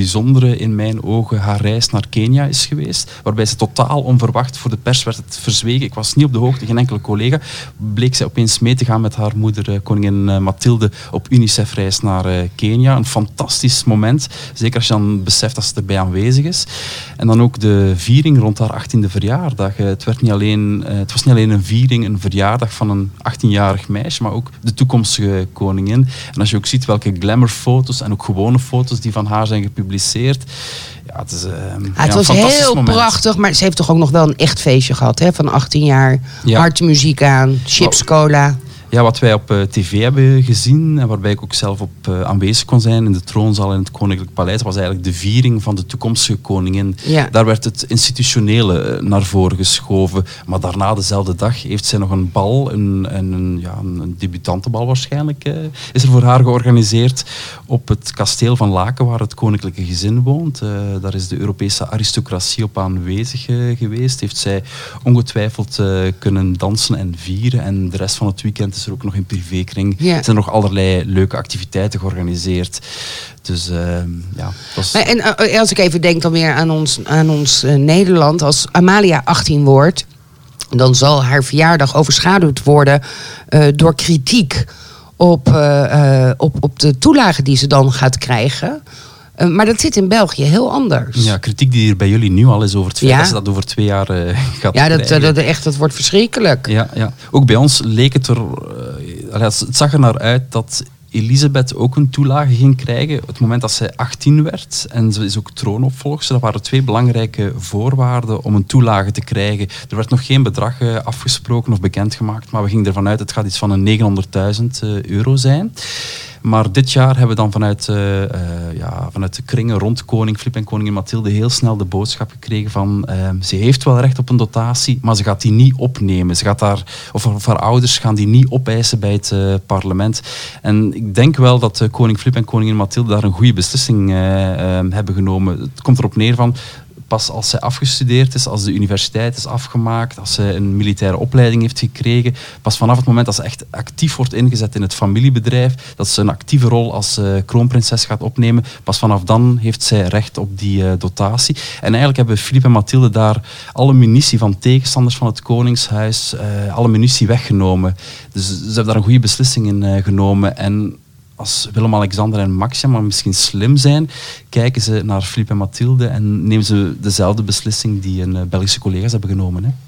bijzondere in mijn ogen haar reis naar Kenia is geweest, waarbij ze totaal onverwacht voor de pers werd het verzwegen. Ik was niet op de hoogte, geen enkele collega. Bleek zij opeens mee te gaan met haar moeder, uh, koningin uh, Mathilde, op UNICEF-reis naar uh, Kenia. Een fantastisch moment, zeker als je dan beseft dat ze erbij aanwezig is. En dan ook de viering rond haar achttiende verjaardag. Uh, het, werd niet alleen, uh, het was niet alleen een viering, een verjaardag van een achttienjarig meisje, maar ook de toekomstige koningin. En als je ook ziet welke glamourfoto's en ook gewone foto's die van haar zijn gepubliceerd. Ja, het is, uh, ah, ja, het een was fantastisch heel moment. prachtig, maar ze heeft toch ook nog wel een echt feestje gehad, hè? Van achttien jaar, Ja. harde muziek aan, chips, cola. Ja, wat wij op uh, tv hebben gezien en waarbij ik ook zelf op uh, aanwezig kon zijn in de troonzaal in het Koninklijk Paleis, was eigenlijk de viering van de toekomstige koningin. Ja. Daar werd het institutionele uh, naar voren geschoven. Maar daarna, dezelfde dag, heeft zij nog een bal, een, een, een, ja, een debutantenbal waarschijnlijk, uh, is er voor haar georganiseerd op het kasteel van Laken, waar het koninklijke gezin woont. Uh, daar is de Europese aristocratie op aanwezig uh, geweest. Heeft zij ongetwijfeld uh, kunnen dansen en vieren. En de rest van het weekend is er ook nog in privékring. Ja. Er zijn nog allerlei leuke activiteiten georganiseerd. Dus uh, ja, dat was... En uh, als ik even denk dan weer aan ons, aan ons uh, Nederland, als Amalia achttien wordt, dan zal haar verjaardag overschaduwd worden uh, door kritiek op, uh, uh, op, op de toelagen die ze dan gaat krijgen. Uh, maar dat zit in België heel anders. Ja, kritiek die er bij jullie nu al is over het feit Ja. dat ze dat over twee jaar uh, gaat Ja, dat, krijgen. dat, dat, echt, dat wordt verschrikkelijk. Ja, ja. Ook bij ons leek het er... Uh, het zag er naar uit dat Elisabeth ook een toelage ging krijgen. Het moment dat zij achttien werd en ze is ook troonopvolgster, dat waren twee belangrijke voorwaarden om een toelage te krijgen. Er werd nog geen bedrag uh, afgesproken of bekendgemaakt, maar we gingen ervan uit, het gaat iets van een negenhonderdduizend uh, euro zijn. Maar dit jaar hebben we dan vanuit, uh, uh, ja, vanuit de kringen rond koning Filip en koningin Mathilde heel snel de boodschap gekregen van uh, ze heeft wel recht op een dotatie, maar ze gaat die niet opnemen. Ze gaat daar, of, of haar ouders gaan die niet opeisen bij het uh, parlement. En ik denk wel dat uh, koning Filip en koningin Mathilde daar een goede beslissing uh, uh, hebben genomen. Het komt erop neer van, pas als zij afgestudeerd is, als de universiteit is afgemaakt, als ze een militaire opleiding heeft gekregen, pas vanaf het moment dat ze echt actief wordt ingezet in het familiebedrijf, dat ze een actieve rol als uh, kroonprinses gaat opnemen, pas vanaf dan heeft zij recht op die uh, dotatie. En eigenlijk hebben Filip en Mathilde daar alle munitie van tegenstanders van het koningshuis, uh, alle munitie weggenomen. Dus ze hebben daar een goede beslissing in uh, genomen. En als Willem-Alexander en Maxima misschien slim zijn, kijken ze naar Filip en Mathilde en nemen ze dezelfde beslissing die hun Belgische collega's hebben genomen. Hè?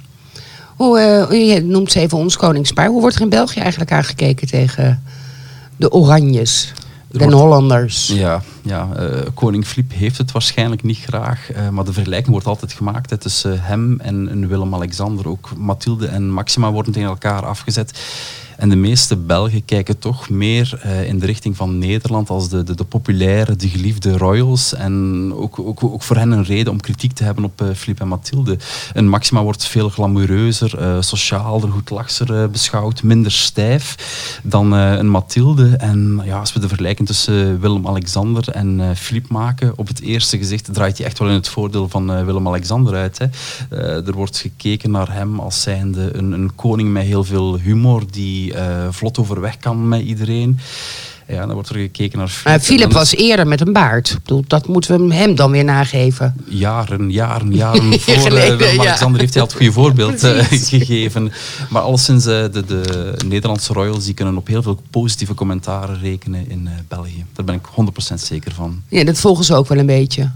Hoe, uh, je noemt ze even ons koningspaar. Hoe wordt er in België eigenlijk aangekeken tegen de Oranjes, de wordt, Hollanders? Ja, ja uh, koning Filip heeft het waarschijnlijk niet graag, uh, maar de vergelijking wordt altijd gemaakt hè, tussen hem en een Willem-Alexander. Ook Mathilde en Maxima worden tegen elkaar afgezet. En de meeste Belgen kijken toch meer uh, in de richting van Nederland als de, de, de populaire, de geliefde royals. En ook, ook, ook voor hen een reden om kritiek te hebben op uh, Filip en Mathilde. Een Maxima wordt veel glamoureuzer, uh, socialer, goedlachser uh, beschouwd, minder stijf dan uh, een Mathilde. En ja, als we de vergelijking tussen Willem-Alexander en uh, Filip maken, op het eerste gezicht draait hij echt wel in het voordeel van uh, Willem-Alexander uit. Hè. Uh, er wordt gekeken naar hem als zijnde een, een koning met heel veel humor, die Uh, vlot overweg kan met iedereen. Ja, dan wordt er gekeken naar Filip. Uh, Filip was eerder met een baard. Ik bedoel, dat moeten we hem dan weer nageven. Jaren, jaren, jaren voor geleden, uh, Willem-Alexander ja. heeft hij al het goede voorbeeld uh, gegeven. Maar alleszins uh, de, de Nederlandse royals die kunnen op heel veel positieve commentaren rekenen in uh, België. Daar ben ik honderd procent zeker van. Ja, dat volgen ze ook wel een beetje.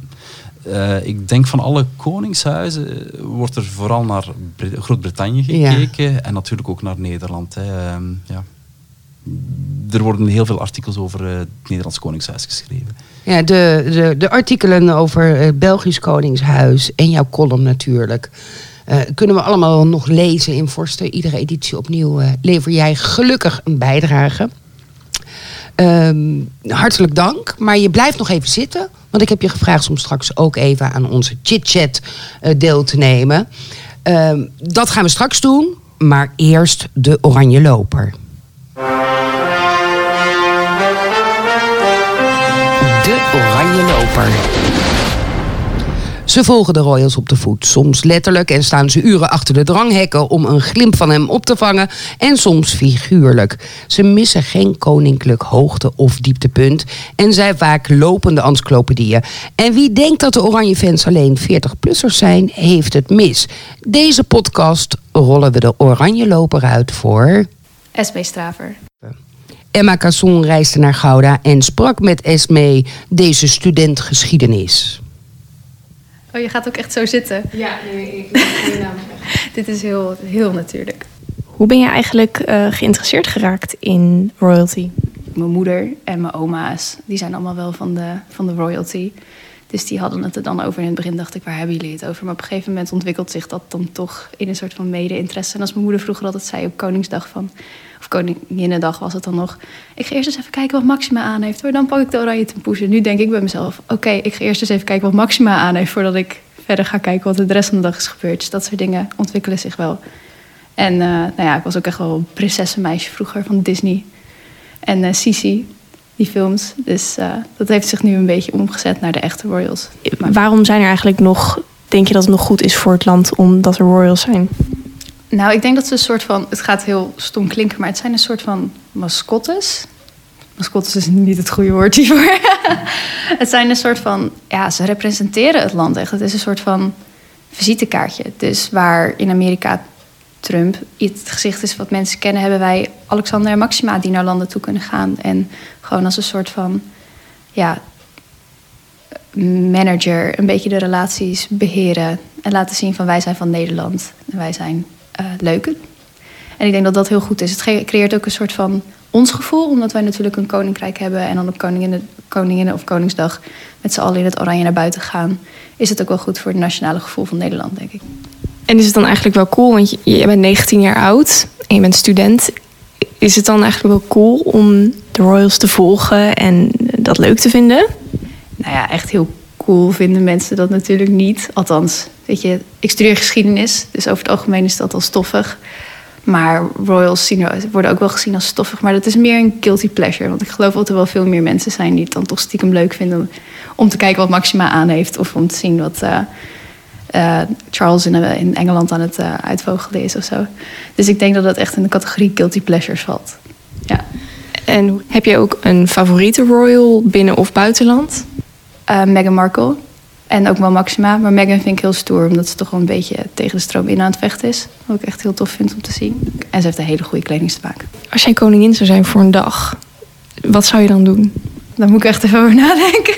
Uh, ik denk van alle koningshuizen wordt er vooral naar Br- Groot-Brittannië gekeken ja. En natuurlijk ook naar Nederland. Hè. Uh, ja. Er worden heel veel artikels over uh, het Nederlands Koningshuis geschreven. Ja, de, de, de artikelen over het Belgisch Koningshuis en jouw column natuurlijk. Uh, kunnen we allemaal nog lezen in Forsten. Iedere editie opnieuw uh, lever jij gelukkig een bijdrage. Um, hartelijk dank, maar je blijft nog even zitten. Want ik heb je gevraagd om straks ook even aan onze chit-chat uh, deel te nemen. Um, dat gaan we straks doen, maar eerst de Oranje Loper. De Oranje Loper. Ze volgen de Royals op de voet. Soms letterlijk en staan ze uren achter de dranghekken om een glimp van hem op te vangen. En soms figuurlijk. Ze missen geen koninklijk hoogte- of dieptepunt. En zijn vaak lopende encyclopedieën. En wie denkt dat de Oranje-fans alleen veertig-plussers zijn, heeft het mis. Deze podcast rollen we de Oranje Loper uit voor Esmee Straver. Emma Casson reisde naar Gouda en sprak met Esmee, deze student geschiedenis. Oh, je gaat ook echt zo zitten? Ja, nee, ik wil je naam zeggen. Dit is heel, heel natuurlijk. Hoe ben je eigenlijk uh, geïnteresseerd geraakt in royalty? Mijn moeder en mijn oma's, die zijn allemaal wel van de, van de royalty. Dus die hadden het er dan over. In het begin dacht ik, waar hebben jullie het over? Maar op een gegeven moment ontwikkelt zich dat dan toch in een soort van mede-interesse. En als mijn moeder vroeger altijd zei op Koningsdag van, of Koninginnedag was het dan nog, ik ga eerst eens even kijken wat Maxima aan heeft, hoor. Dan pak ik de oranje tompoesen. Nu denk ik bij mezelf, oké, okay, ik ga eerst eens even kijken wat Maxima aan heeft, voordat ik verder ga kijken wat er de rest van de dag is gebeurd. Dus dat soort dingen ontwikkelen zich wel. En uh, nou ja, ik was ook echt wel een prinsessenmeisje vroeger van Disney. En uh, Sisi, die films. Dus uh, dat heeft zich nu een beetje omgezet naar de echte royals. Maar waarom zijn er eigenlijk nog, denk je dat het nog goed is voor het land omdat er royals zijn? Nou, ik denk dat ze een soort van, het gaat heel stom klinken, maar het zijn een soort van mascottes. Mascottes is niet het goede woord hiervoor. Het zijn een soort van, ja, ze representeren het land echt. Het is een soort van visitekaartje. Dus waar in Amerika Trump het gezicht is wat mensen kennen, hebben wij Alexander en Maxima die naar landen toe kunnen gaan. En gewoon als een soort van, ja, manager een beetje de relaties beheren. En laten zien van wij zijn van Nederland. En wij zijn uh, leuke. En ik denk dat dat heel goed is. Het creëert ook een soort van ons gevoel, omdat wij natuurlijk een koninkrijk hebben en dan op Koninginnen, Koninginnen of Koningsdag met z'n allen in het oranje naar buiten gaan, is het ook wel goed voor het nationale gevoel van Nederland, denk ik. En is het dan eigenlijk wel cool, want je, je bent negentien jaar oud en je bent student. Is het dan eigenlijk wel cool om de royals te volgen en dat leuk te vinden? Nou ja, echt heel cool vinden mensen dat natuurlijk niet. Althans, weet je, ik studeer geschiedenis, dus over het algemeen is dat al stoffig. Maar royals zien er, worden ook wel gezien als stoffig. Maar dat is meer een guilty pleasure. Want ik geloof dat er wel veel meer mensen zijn die het dan toch stiekem leuk vinden om te kijken wat Maxima aan heeft. Of om te zien wat uh, uh, Charles in, uh, in Engeland aan het uh, uitvogelen is of zo. Dus ik denk dat dat echt in de categorie guilty pleasures valt. Ja. En heb je ook een favoriete royal binnen of buitenland? Uh, Meghan Markle. En ook wel Maxima. Maar Meghan vind ik heel stoer, omdat ze toch wel een beetje tegen de stroom in aan het vechten is. Wat ik echt heel tof vind om te zien. En ze heeft een hele goede kledingssmaak. Als jij koningin zou zijn voor een dag, wat zou je dan doen? Daar moet ik echt even over nadenken.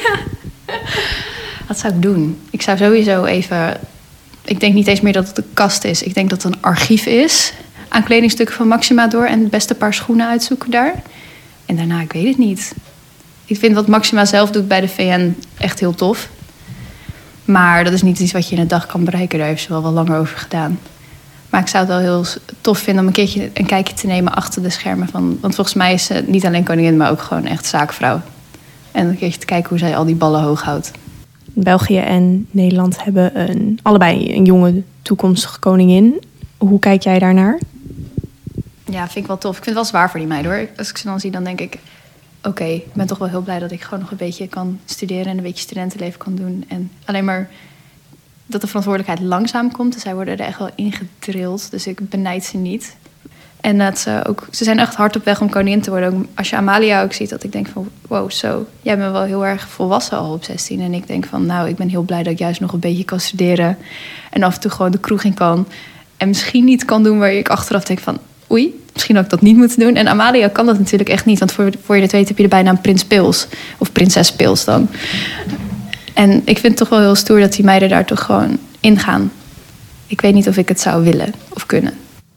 Wat zou ik doen? Ik zou sowieso even... Ik denk niet eens meer dat het een kast is. Ik denk dat het een archief is aan kledingstukken van Maxima door. En het beste paar schoenen uitzoeken daar. En daarna, ik weet het niet. Ik vind wat Maxima zelf doet bij de V N echt heel tof. Maar dat is niet iets wat je in een dag kan bereiken. Daar heeft ze wel wat langer over gedaan. Maar ik zou het wel heel tof vinden om een keertje een kijkje te nemen achter de schermen. Van, want volgens mij is ze niet alleen koningin, maar ook gewoon echt zaakvrouw. En een keertje te kijken hoe zij al die ballen hoog houdt. België en Nederland hebben een, allebei een jonge toekomstige koningin. Hoe kijk jij daarnaar? Ja, vind ik wel tof. Ik vind het wel zwaar voor die meiden, hoor. Als ik ze dan zie, dan denk ik... Oké, okay, ik ben toch wel heel blij dat ik gewoon nog een beetje kan studeren en een beetje studentenleven kan doen. En alleen maar dat de verantwoordelijkheid langzaam komt. Dus zij worden er echt wel ingedrild. Dus ik benijd ze niet. En dat ze ook, ze zijn echt hard op weg om koningin te worden. Ook als je Amalia ook ziet, dat ik denk van wow, zo, jij bent wel heel erg volwassen al op zestien. En ik denk van nou, ik ben heel blij dat ik juist nog een beetje kan studeren. En af en toe gewoon de kroeg in kan. En misschien niet kan doen waar ik achteraf denk van oei, misschien had ik dat niet moeten doen. En Amalia kan dat natuurlijk echt niet. Want voor, voor je het weet heb je de bijnaam Prins Pils. Of Prinses Pils dan. En ik vind het toch wel heel stoer dat die meiden daar toch gewoon ingaan. Ik weet niet of ik het zou willen of kunnen.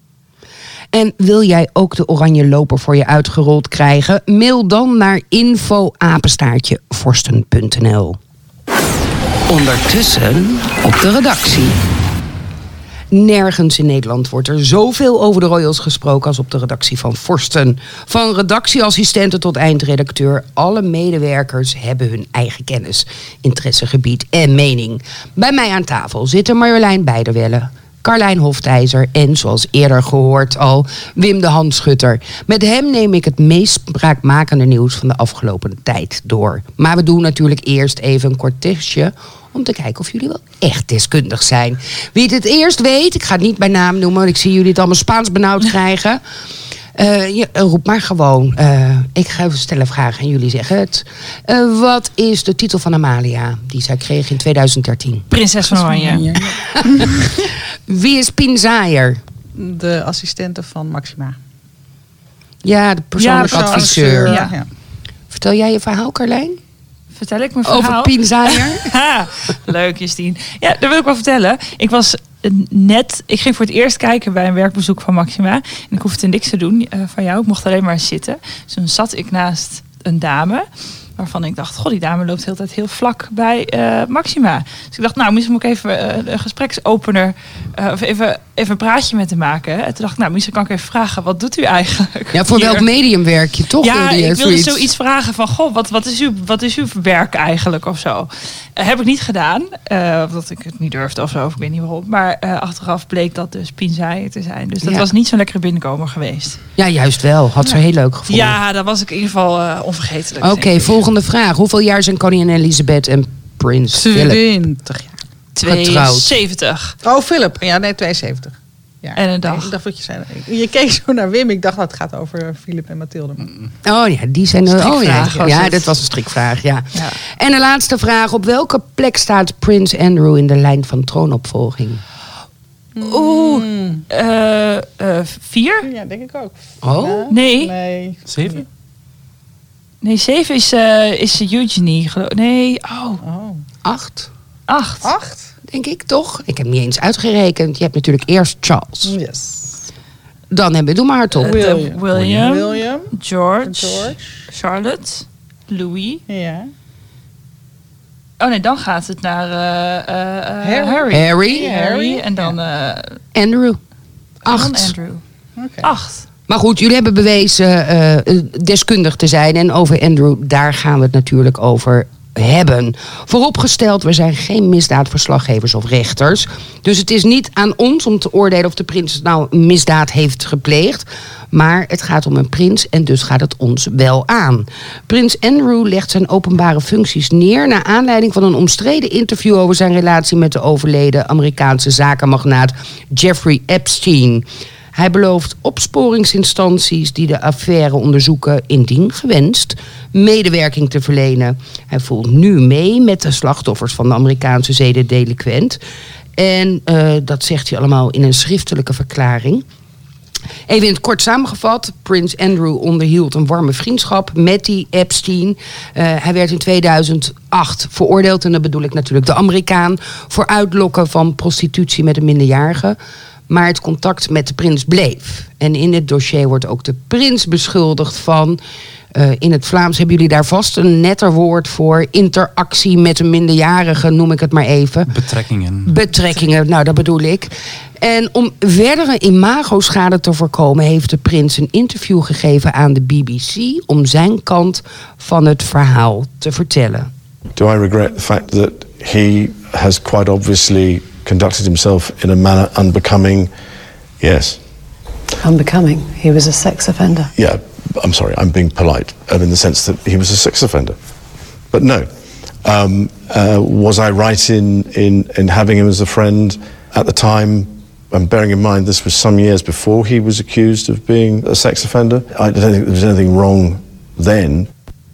En wil jij ook de Oranje Loper voor je uitgerold krijgen? Mail dan naar info apenstaartje vorsten punt n l. Ondertussen op de redactie. Nergens in Nederland wordt er zoveel over de royals gesproken als op de redactie van Vorsten. Van redactieassistenten tot eindredacteur. Alle medewerkers hebben hun eigen kennis, interessegebied en mening. Bij mij aan tafel zitten Marjolein Beiderwelle, Carlijn Hofstijzer en, zoals eerder gehoord al, Wim de Handschutter. Met hem neem ik het meest spraakmakende nieuws van de afgelopen tijd door. Maar we doen natuurlijk eerst even een kort testje om te kijken of jullie wel echt deskundig zijn. Wie het het eerst weet, ik ga het niet bij naam noemen, want ik zie jullie het allemaal Spaans benauwd krijgen. Uh, je, uh, roep maar gewoon. Uh, ik ga even stellen vragen en jullie zeggen het. Uh, wat is de titel van Amalia die zij kreeg in tweeduizend dertien? Prinses van Oranje. Wie is Pien Zaaier? De assistente van Maxima. Ja, de persoonlijke ja, adviseur. Ja. Ja. Vertel jij je verhaal, Carlijn? Vertel ik mijn verhaal? Over Pien Zaaier? Leuk, Justine. Ja, dat wil ik wel vertellen. Ik was net, ik ging voor het eerst kijken bij een werkbezoek van Maxima. En ik hoefde niks te doen uh, van jou. Ik mocht alleen maar zitten. Dus toen zat ik naast een dame waarvan ik dacht, god, die dame loopt de hele tijd heel vlak bij uh, Maxima. Dus ik dacht, nou, misschien moet ik even uh, een gespreksopener, uh, of even, even een praatje met hem maken. En toen dacht ik, nou, misschien kan ik even vragen, wat doet u eigenlijk? Ja, voor hier? Welk medium werk je toch? Ja, wilde je ik wilde zoiets? zoiets vragen van, goh, wat, wat, is uw, wat is uw werk eigenlijk of zo? Uh, heb ik niet gedaan, uh, omdat ik het niet durfde of zo, of ik weet niet waarom. Maar uh, achteraf bleek dat dus Pien Zaaier te zijn. Dus dat Ja. was niet zo'n lekkere binnenkomer geweest. Ja, juist wel. Had ze heel leuk gevonden. Ja, dat was ik in ieder geval uh, onvergetelijk. Oké, okay, volgende vraag. Hoeveel jaar zijn koningin Elizabeth en prins Philip twintig jaar. tweeënzeventig. Oh, Philip. Ja, nee, tweeënzeventig. Ja. En een dag. Nee, ik dacht wat je zei. Je keek zo naar Wim. Ik dacht dat het gaat over Philip en Mathilde. Oh ja, die zijn er. Oh ja, was ja het. dat was een strikvraag. Ja. Ja. En de laatste vraag. Op welke plek staat Prins Andrew in de lijn van troonopvolging? Oeh, uh, uh, vier? Ja, denk ik ook. Oh? Ja? Nee. Nee. Zeven? Nee, zeven is, uh, is Eugenie. geloof- Nee, oh, Oh. Acht, acht. Acht? denk ik toch? Ik heb niet eens uitgerekend. Je hebt natuurlijk eerst Charles. Yes. Dan hebben we, doe maar hardop. Uh, William. William, William. George, George. Charlotte, Louis. Ja. Oh nee, dan gaat het naar uh, uh, Harry. Harry. Harry, Harry. En dan, uh, Andrew. dan Acht. Andrew. Oké. Acht. Maar goed, jullie hebben bewezen uh, deskundig te zijn. En over Andrew, daar gaan we het natuurlijk over hebben. Vooropgesteld, we zijn geen misdaadverslaggevers of rechters. Dus het is niet aan ons om te oordelen of de prins nou een misdaad heeft gepleegd. Maar het gaat om een prins en dus gaat het ons wel aan. Prins Andrew legt zijn openbare functies neer naar aanleiding van een omstreden interview over zijn relatie met de overleden Amerikaanse zakenmagnaat Jeffrey Epstein. Hij belooft opsporingsinstanties die de affaire onderzoeken, indien gewenst, medewerking te verlenen. Hij voelt nu mee met de slachtoffers van de Amerikaanse zedendelinquent. En uh, dat zegt hij allemaal in een schriftelijke verklaring. Even in het kort samengevat, Prins Andrew onderhield een warme vriendschap met die Epstein. Uh, hij werd in tweeduizend acht veroordeeld, en dat bedoel ik natuurlijk de Amerikaan, voor uitlokken van prostitutie met een minderjarige. Maar het contact met de prins bleef. En in het dossier wordt ook de prins beschuldigd van, Uh, in het Vlaams hebben jullie daar vast een netter woord voor, interactie met een minderjarige, noem ik het maar even. Betrekkingen. Betrekkingen, nou dat bedoel ik. En om verdere imagoschade te voorkomen heeft de prins een interview gegeven aan de B B C om zijn kant van het verhaal te vertellen. Do I regret the fact that he has quite obviously conducted himself in a manner unbecoming? Yes. Unbecoming? He was a sex offender. Yeah, I'm sorry, I'm being polite, and in the sense that he was a sex offender. But no. Um, uh, was I right in, in, in having him as a friend at the time? And bearing in mind this was some years before he was accused of being a sex offender. I don't think there was anything wrong then.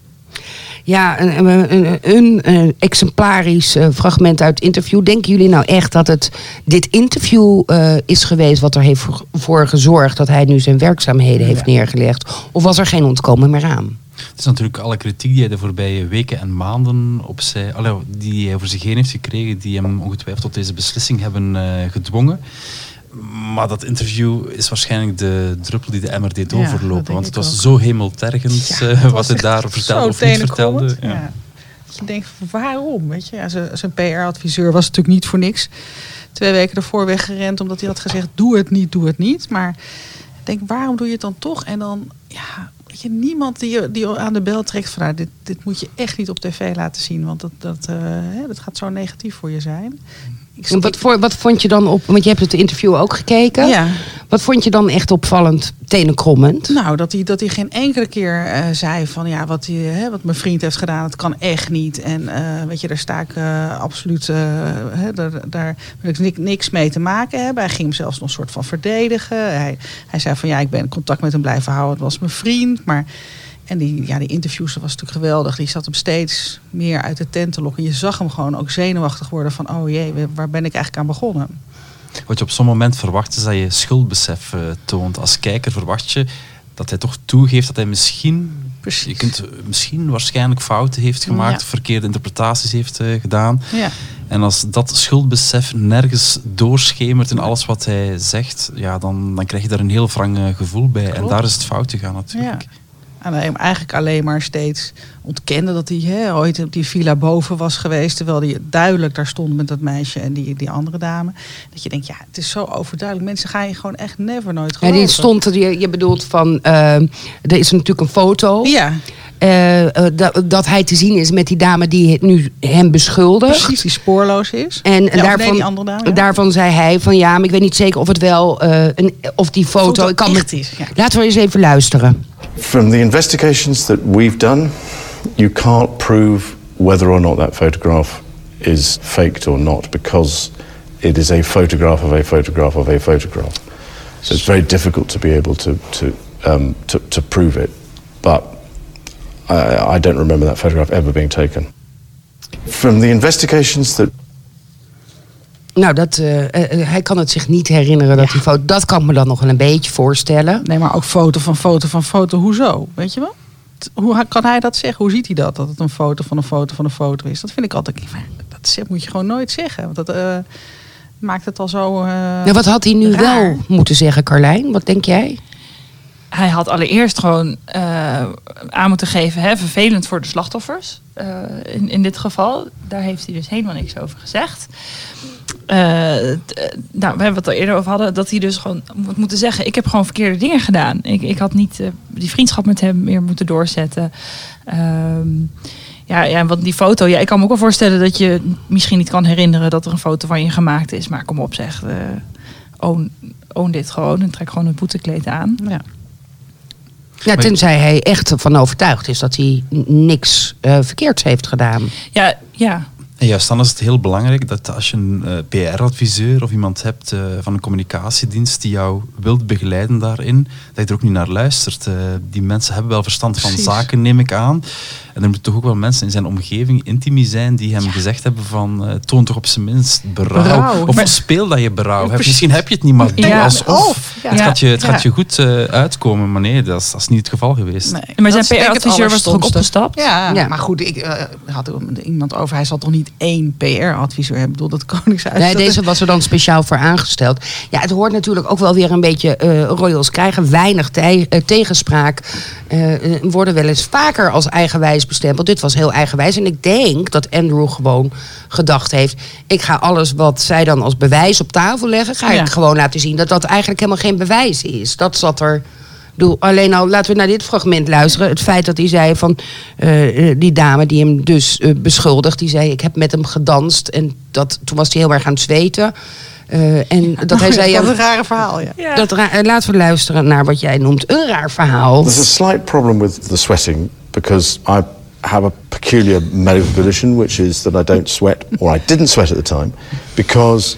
Ja, een, een, een, een exemplarisch uh, fragment uit het interview. Denken jullie nou echt dat het dit interview uh, is geweest wat er heeft voor gezorgd dat hij nu zijn werkzaamheden heeft neergelegd? Of was er geen ontkomen meer aan? Het is natuurlijk alle kritiek die hij de voorbije weken en maanden op zij, allee, die hij over zich heen heeft gekregen, die hem ongetwijfeld tot deze beslissing hebben uh, gedwongen. Maar dat interview is waarschijnlijk de druppel die de emmer deed Ja, overlopen. Want het was ook. zo hemeltergend Ja, uh, het wat hij daar vertelde of niet vertelde. Ja. Ja. Je denkt, waarom? Weet je? Ja, zijn, zijn P R-adviseur was natuurlijk niet voor niks twee weken ervoor weggerend omdat hij had gezegd, doe het niet, doe het niet. Maar ik denk, waarom doe je het dan toch? En dan, ja, weet je, niemand die, die aan de bel trekt van, nou, dit, dit moet je echt niet op tv laten zien, want dat, dat, uh, hè, dat gaat zo negatief voor je zijn. Ik, En wat, voor, wat vond je dan op... Want je hebt het interview ook gekeken. Ja. Wat vond je dan echt opvallend, tenenkrommend? Nou, dat hij, dat hij geen enkele keer uh, zei van... ja, wat, hij, hè, wat mijn vriend heeft gedaan, dat kan echt niet. En uh, weet je, daar sta ik uh, absoluut... Uh, hè, daar, daar wil ik niks, niks mee te maken hebben. Hij ging hem zelfs nog een soort van verdedigen. Hij, hij zei van ja, ik ben in contact met hem blijven houden. Het was mijn vriend, maar... En die, ja, die interviews, dat was natuurlijk geweldig. Die zat hem steeds meer uit de tent te lokken. Je zag hem gewoon ook zenuwachtig worden van... oh jee, waar ben ik eigenlijk aan begonnen? Wat je op zo'n moment verwacht is dat je schuldbesef uh, toont. Als kijker verwacht je dat hij toch toegeeft dat hij misschien... Precies. Je kunt misschien waarschijnlijk fouten heeft gemaakt, Ja. verkeerde interpretaties heeft uh, gedaan. Ja. En als dat schuldbesef nergens doorschemert in alles wat hij zegt, ja, dan, dan krijg je daar een heel wrang uh, gevoel bij. Klopt. En daar is het fout gegaan natuurlijk. Ja. En hij hem eigenlijk alleen maar steeds ontkende dat hij hè, ooit op die villa boven was geweest. Terwijl hij duidelijk daar stond met dat meisje en die, die andere dame. Dat je denkt, ja, het is zo overduidelijk. Mensen gaan je gewoon echt never nooit Ja, geloven. die stond, je, je bedoelt van... Uh, er is natuurlijk een foto. Ja. Uh, uh, dat, dat hij te zien is met die dame die het nu hem beschuldigt. Precies, die spoorloos is. En, Ja, en of daarvan, nee, die andere dame, ja. daarvan zei hij van ja, maar ik weet niet zeker of het wel... Uh, een, of die foto... Foto ik kan echt me, is, ja. Laten we eens even luisteren. From the investigations that we've done, you can't prove whether or not that photograph is faked or not, because it is a photograph of a photograph of a photograph. So it's very difficult to be able to to um, to, to prove it. But I, I don't remember that photograph ever being taken. From the investigations that Nou, dat, uh, uh, hij kan het zich niet herinneren dat Ja. die foto... Dat kan ik me dan nog wel een beetje voorstellen. Nee, maar ook foto van foto van foto. Hoezo? Weet je wel? T- Hoe kan hij dat zeggen? Hoe ziet hij dat? Dat het een foto van een foto van een foto is? Dat vind ik altijd... Dat moet je gewoon nooit zeggen. Want dat uh, maakt het al zo... Uh, Nou, wat had hij nu raar. wel moeten zeggen, Carlijn? Wat denk jij? Hij had allereerst gewoon uh, aan moeten geven, hè, vervelend voor de slachtoffers. Uh, in, in dit geval. Daar heeft hij dus helemaal niks over gezegd. Uh, t- uh, nou, we hebben het al eerder over hadden, dat hij dus gewoon moet moeten zeggen, ik heb gewoon verkeerde dingen gedaan. Ik, ik had niet uh, die vriendschap met hem meer moeten doorzetten. Um, ja, ja, want die foto, ja, ik kan me ook wel voorstellen dat je misschien niet kan herinneren dat er een foto van je gemaakt is. Maar kom op, zeg, uh, own, own dit gewoon en trek gewoon het boetekleed aan. Ja. Ja, tenzij hij echt van overtuigd is dat hij n- niks uh, verkeerds heeft gedaan. Ja, ja. En juist dan is het heel belangrijk dat als je een uh, P R-adviseur of iemand hebt uh, van een communicatiedienst die jou wilt begeleiden daarin, dat je er ook niet naar luistert. Uh, die mensen hebben wel verstand van Precies. zaken, neem ik aan. En er moeten toch ook wel mensen in zijn omgeving intimi zijn die hem ja. gezegd hebben van uh, toon toch op zijn minst berouw. Berouw. Of Maar- speel dat je berouw hebt. Precies. Misschien heb je het niet, maar doe Ja. alsof. Of, ja. Het, gaat je, het Ja. gaat je goed uh, uitkomen, maar nee, dat is, dat is niet het geval geweest. Nee, Maar dat zijn is denk ik het P R-adviseur was toch ook allerstomste. opgestapt? Ja, Ja. maar goed, ik uh, had er iemand over. Hij zal toch niet één P R-adviseur hebben? Ik bedoel, dat Koningshuis... Nee, dat deze was er dan speciaal voor aangesteld. Ja, het hoort natuurlijk ook wel weer een beetje... Uh, royals krijgen weinig tij- uh, tegenspraak. Uh, worden wel eens vaker als eigenwijs bestempeld. Dit was heel eigenwijs. En ik denk dat Andrew gewoon gedacht heeft... ik ga alles wat zij dan als bewijs op tafel leggen... ga Ja. ik gewoon laten zien dat dat eigenlijk helemaal geen bewijs is. Dat zat er... Doe, alleen al, laten we naar dit fragment luisteren. Het feit dat hij zei van uh, die dame die hem dus uh, beschuldigt. Die zei, ik heb met hem gedanst. En dat, toen was hij heel erg aan het zweten. Uh, en dat hij zei... dat ja, is een rare verhaal, ja. Ja. dat ra- laten we luisteren naar wat jij noemt een raar verhaal. there's a slight problem with the sweating because I have a peculiar medical condition, which is that I don't sweat, or I didn't sweat at the time, because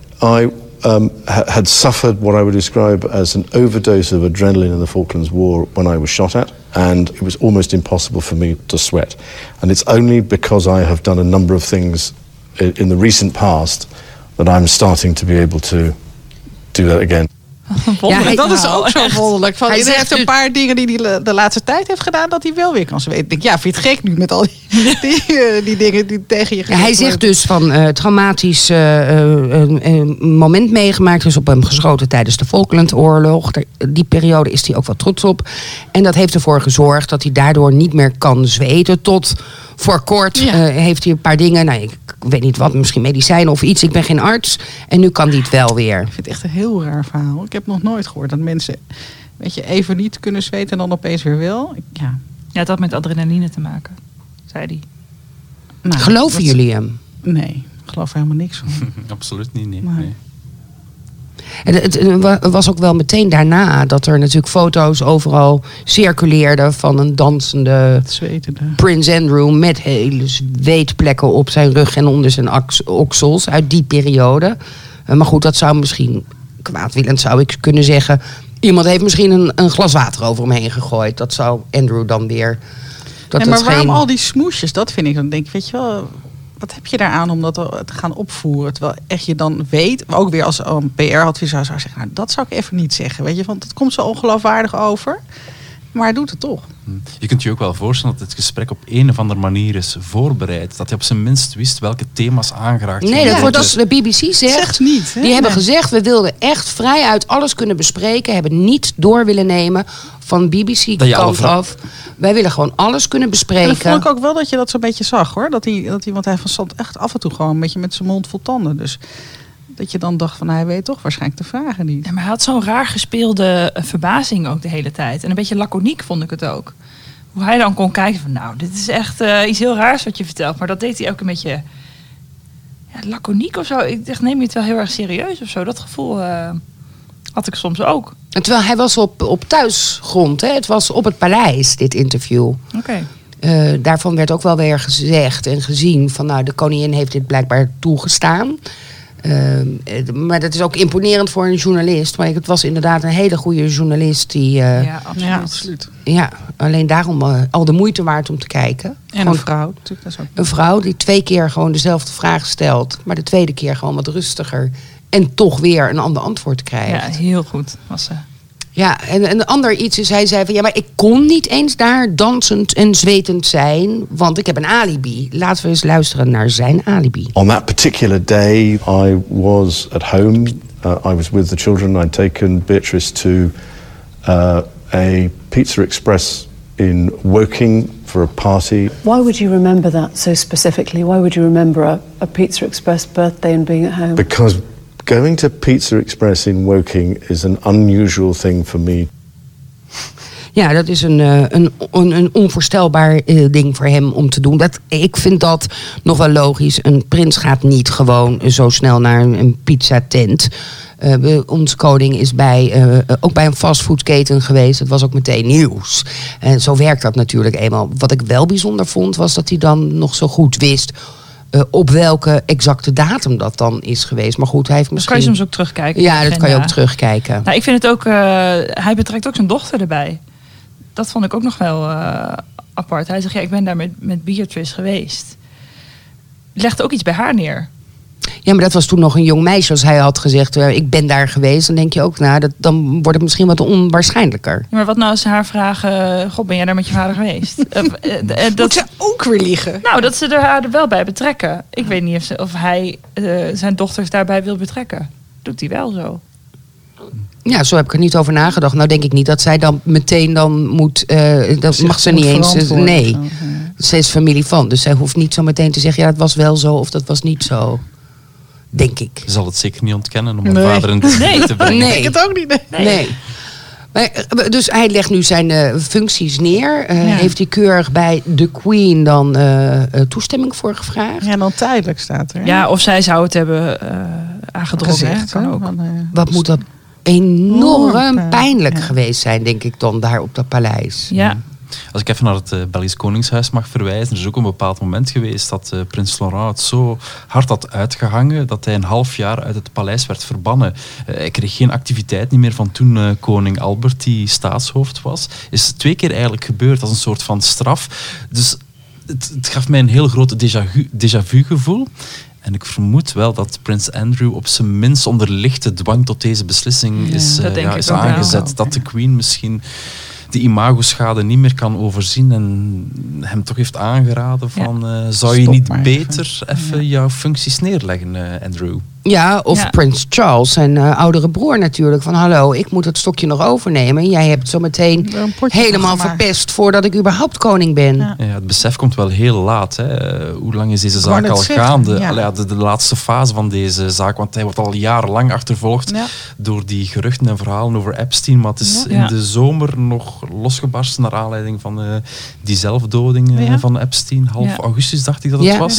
I um, ha- had suffered what I would describe as an overdose of adrenaline in the Falklands War when I was shot at, and it was almost impossible for me to sweat. And it's only because I have done a number of things i- in the recent past that I'm starting to be able to do that again. Ja, hij- dat is nou, ook zo echt. wonderlijk. Van, Hij hij zegt heeft een dus- paar dingen die hij de, de laatste tijd heeft gedaan... dat hij wel weer kan zweten. Ik denk, ja, vind je het gek nu met al die, die, eh, die dingen die tegen je Ja, hij gezegd zegt worden? dus van uh, traumatisch uh, uh, uh, moment meegemaakt. Dus op hem geschoten tijdens de Falklandoorlog. Daar- Die periode is hij ook wel trots op. En dat heeft ervoor gezorgd dat hij daardoor niet meer kan zweten. Tot voor kort Ja. uh, heeft hij een paar dingen. Nou, ik, ik weet niet wat, misschien medicijnen of iets. Ik ben geen arts. En nu kan hij het wel weer. Ik vind het echt een heel raar verhaal. Ik heb nog nooit gehoord dat mensen weet je, even niet kunnen zweten en dan opeens weer wel. Ja. Ja, het had met adrenaline te maken, zei hij. Nou, Geloven dat- jullie hem? Nee. Ik geloof er helemaal niks van. Absoluut niet, nee. Nee. nee. En het het was ook wel meteen daarna dat er natuurlijk foto's overal circuleerden van een dansende Zwetende. Prins Andrew met hele zweetplekken op zijn rug en onder zijn aks- oksels uit die periode. Uh, maar goed, dat zou misschien kwaadwillend zou ik kunnen zeggen. Iemand heeft misschien een, een glas water over hem heen gegooid. Dat zou Andrew dan weer. Dat Nee, maar het waarom geen... al die smoesjes? Dat vind ik dan denk ik, weet je wel, wat heb je daaraan om dat te gaan opvoeren? Terwijl echt je dan weet, maar ook weer als een P R-adviseur zou zeggen, nou, dat zou ik even niet zeggen, weet je, want het komt zo ongeloofwaardig over. Maar hij doet het toch. Je kunt je ook wel voorstellen dat het gesprek op een of andere manier is voorbereid. Dat hij op zijn minst wist welke thema's aangeraakt Nee, worden. dat wordt als de B B C zegt. Zegt niet. Hè? Die hebben Nee. gezegd, we wilden echt vrijuit alles kunnen bespreken. Hebben niet door willen nemen van B B Dat je C alle kant vra- af. Wij willen gewoon alles kunnen En bespreken. dan vond ik ook wel dat je dat zo'n beetje zag, hoor. Dat hij, dat hij, want hij stond echt af en toe gewoon een beetje met zijn mond vol tanden. Dus dat je dan dacht van, hij weet toch waarschijnlijk de vragen niet. Ja, maar hij had zo'n raar gespeelde uh, verbazing ook de hele tijd. En een beetje laconiek vond ik het ook. Hoe hij dan kon kijken van, nou, dit is echt uh, iets heel raars wat je vertelt. Maar dat deed hij ook een beetje ja, laconiek of zo. Ik dacht, neem je het wel heel erg serieus of zo. Dat gevoel uh, had ik soms ook. En terwijl hij was op, op thuisgrond. Hè? Het was op het paleis, dit interview. Oké. Okay. Uh, daarvan werd ook wel weer gezegd en gezien van, nou, de koningin heeft dit blijkbaar toegestaan. Uh, maar dat is ook imponerend voor een journalist. Maar het was inderdaad een hele goede journalist. Die, uh, ja, absoluut. Ja, absoluut. Ja, alleen daarom uh, al de moeite waard om te kijken. En een vrouw. Natuurlijk, dat is ook... Een vrouw die twee keer gewoon dezelfde vraag stelt. Maar de tweede keer gewoon wat rustiger. En toch weer een ander antwoord krijgt. Ja, heel goed was ze. Ja, en een ander iets is, hij zei van, ja, maar ik kon niet eens daar dansend en zwetend zijn, want ik heb een alibi. Laten we eens luisteren naar zijn alibi. On that particular day, I was at home. Uh, I was with the children. I'd taken Beatrice to uh, a Pizza Express in Woking for a party. Why would you remember that so specifically? Why would you remember a, a Pizza Express birthday and being at home? Because going to Pizza Express in Woking is an unusual thing for me. Ja, dat is een, een, een, een onvoorstelbaar uh, ding voor hem om te doen. Dat, ik vind dat nog wel logisch. Een prins gaat niet gewoon zo snel naar een, een pizzatent. Uh, onze koning is bij, uh, ook bij een fastfoodketen geweest. Dat was ook meteen nieuws. En zo werkt dat natuurlijk eenmaal. Wat ik wel bijzonder vond, was dat hij dan nog zo goed wist Uh, op welke exacte datum dat dan is geweest. Maar goed, hij heeft misschien... Dat kan je soms ook terugkijken. Ja, dat kan je ook terugkijken. Nou, ik vind het ook... Uh, hij betrekt ook zijn dochter erbij. Dat vond ik ook nog wel uh, apart. Hij zegt, ja, ik ben daar met, met Beatrice geweest. Legt ook iets bij haar neer. Ja, maar dat was toen nog een jong meisje. Als hij had gezegd, uh, ik ben daar geweest. Dan denk je ook, nou, dat, dan wordt het misschien wat onwaarschijnlijker. Ja, maar wat nou als ze haar vragen... Uh, God, ben jij daar met je vader geweest? uh, uh, uh, dat Moet ze ook weer liegen? Nou, dat ze er haar er wel bij betrekken. Ik weet niet of, ze, of hij uh, zijn dochters daarbij wil betrekken. Doet hij wel zo. Ja, zo heb ik er niet over nagedacht. Nou denk ik niet dat zij dan meteen dan moet... Uh, dat Zich mag ze moet niet eens... Nee, zo, ja. Ze is familie van. Dus zij hoeft niet zo meteen te zeggen... ja, dat was wel zo of dat was niet zo. Denk ik. Ze zal het zeker niet ontkennen om een Nee. vader in discussie Nee. te brengen. Nee. Ik het ook niet. Nee. Nee. nee. Maar, dus hij legt nu zijn uh, functies neer. Uh, Ja. Heeft hij keurig bij de Queen dan uh, uh, toestemming voor gevraagd? Ja, dan tijdelijk staat er. Ja, of zij zou het hebben uh, aangedrongen. gezegd. Kan hè, ook. van, uh, Wat moet dat enorm Oh, uh, pijnlijk ja. geweest zijn, denk ik dan, daar op dat paleis. Ja. Als ik even naar het uh, Belgisch Koningshuis mag verwijzen, er is ook een bepaald moment geweest dat uh, prins Laurent het zo hard had uitgehangen dat hij een half jaar uit het paleis werd verbannen. Uh, hij kreeg geen activiteit niet meer van toen uh, koning Albert, die staatshoofd was. Is twee keer eigenlijk gebeurd als een soort van straf. Dus het, het gaf mij een heel groot déjà vu, déjà vu gevoel. En ik vermoed wel dat prins Andrew op zijn minst onder lichte dwang tot deze beslissing Ja, is, uh, dat denk ja, ik is ook wel. aangezet. Dat de Queen misschien die imagoschade niet meer kan overzien en hem toch heeft aangeraden van uh, zou je Stop niet maar beter even. even Ja. jouw functies neerleggen, uh, Andrew? Ja, of Ja. prins Charles, zijn uh, oudere broer natuurlijk. Van hallo, ik moet het stokje nog overnemen. Jij hebt zo meteen Er een potje helemaal van gemaakt. verpest voordat ik überhaupt koning ben. Ja. Ja, het besef komt wel heel laat. Hè. Uh, hoe lang is deze wou zaak net al zeggen, gaande? ja. Allee, ja, de, de laatste fase van deze zaak, want hij wordt al jarenlang achtervolgd Ja. door die geruchten en verhalen over Epstein. Maar het is Ja. in Ja. de zomer nog losgebarsten naar aanleiding van uh, die zelfdoding uh, Ja. van Epstein. Half Ja. augustus dacht ik dat het Ja. was. Ja.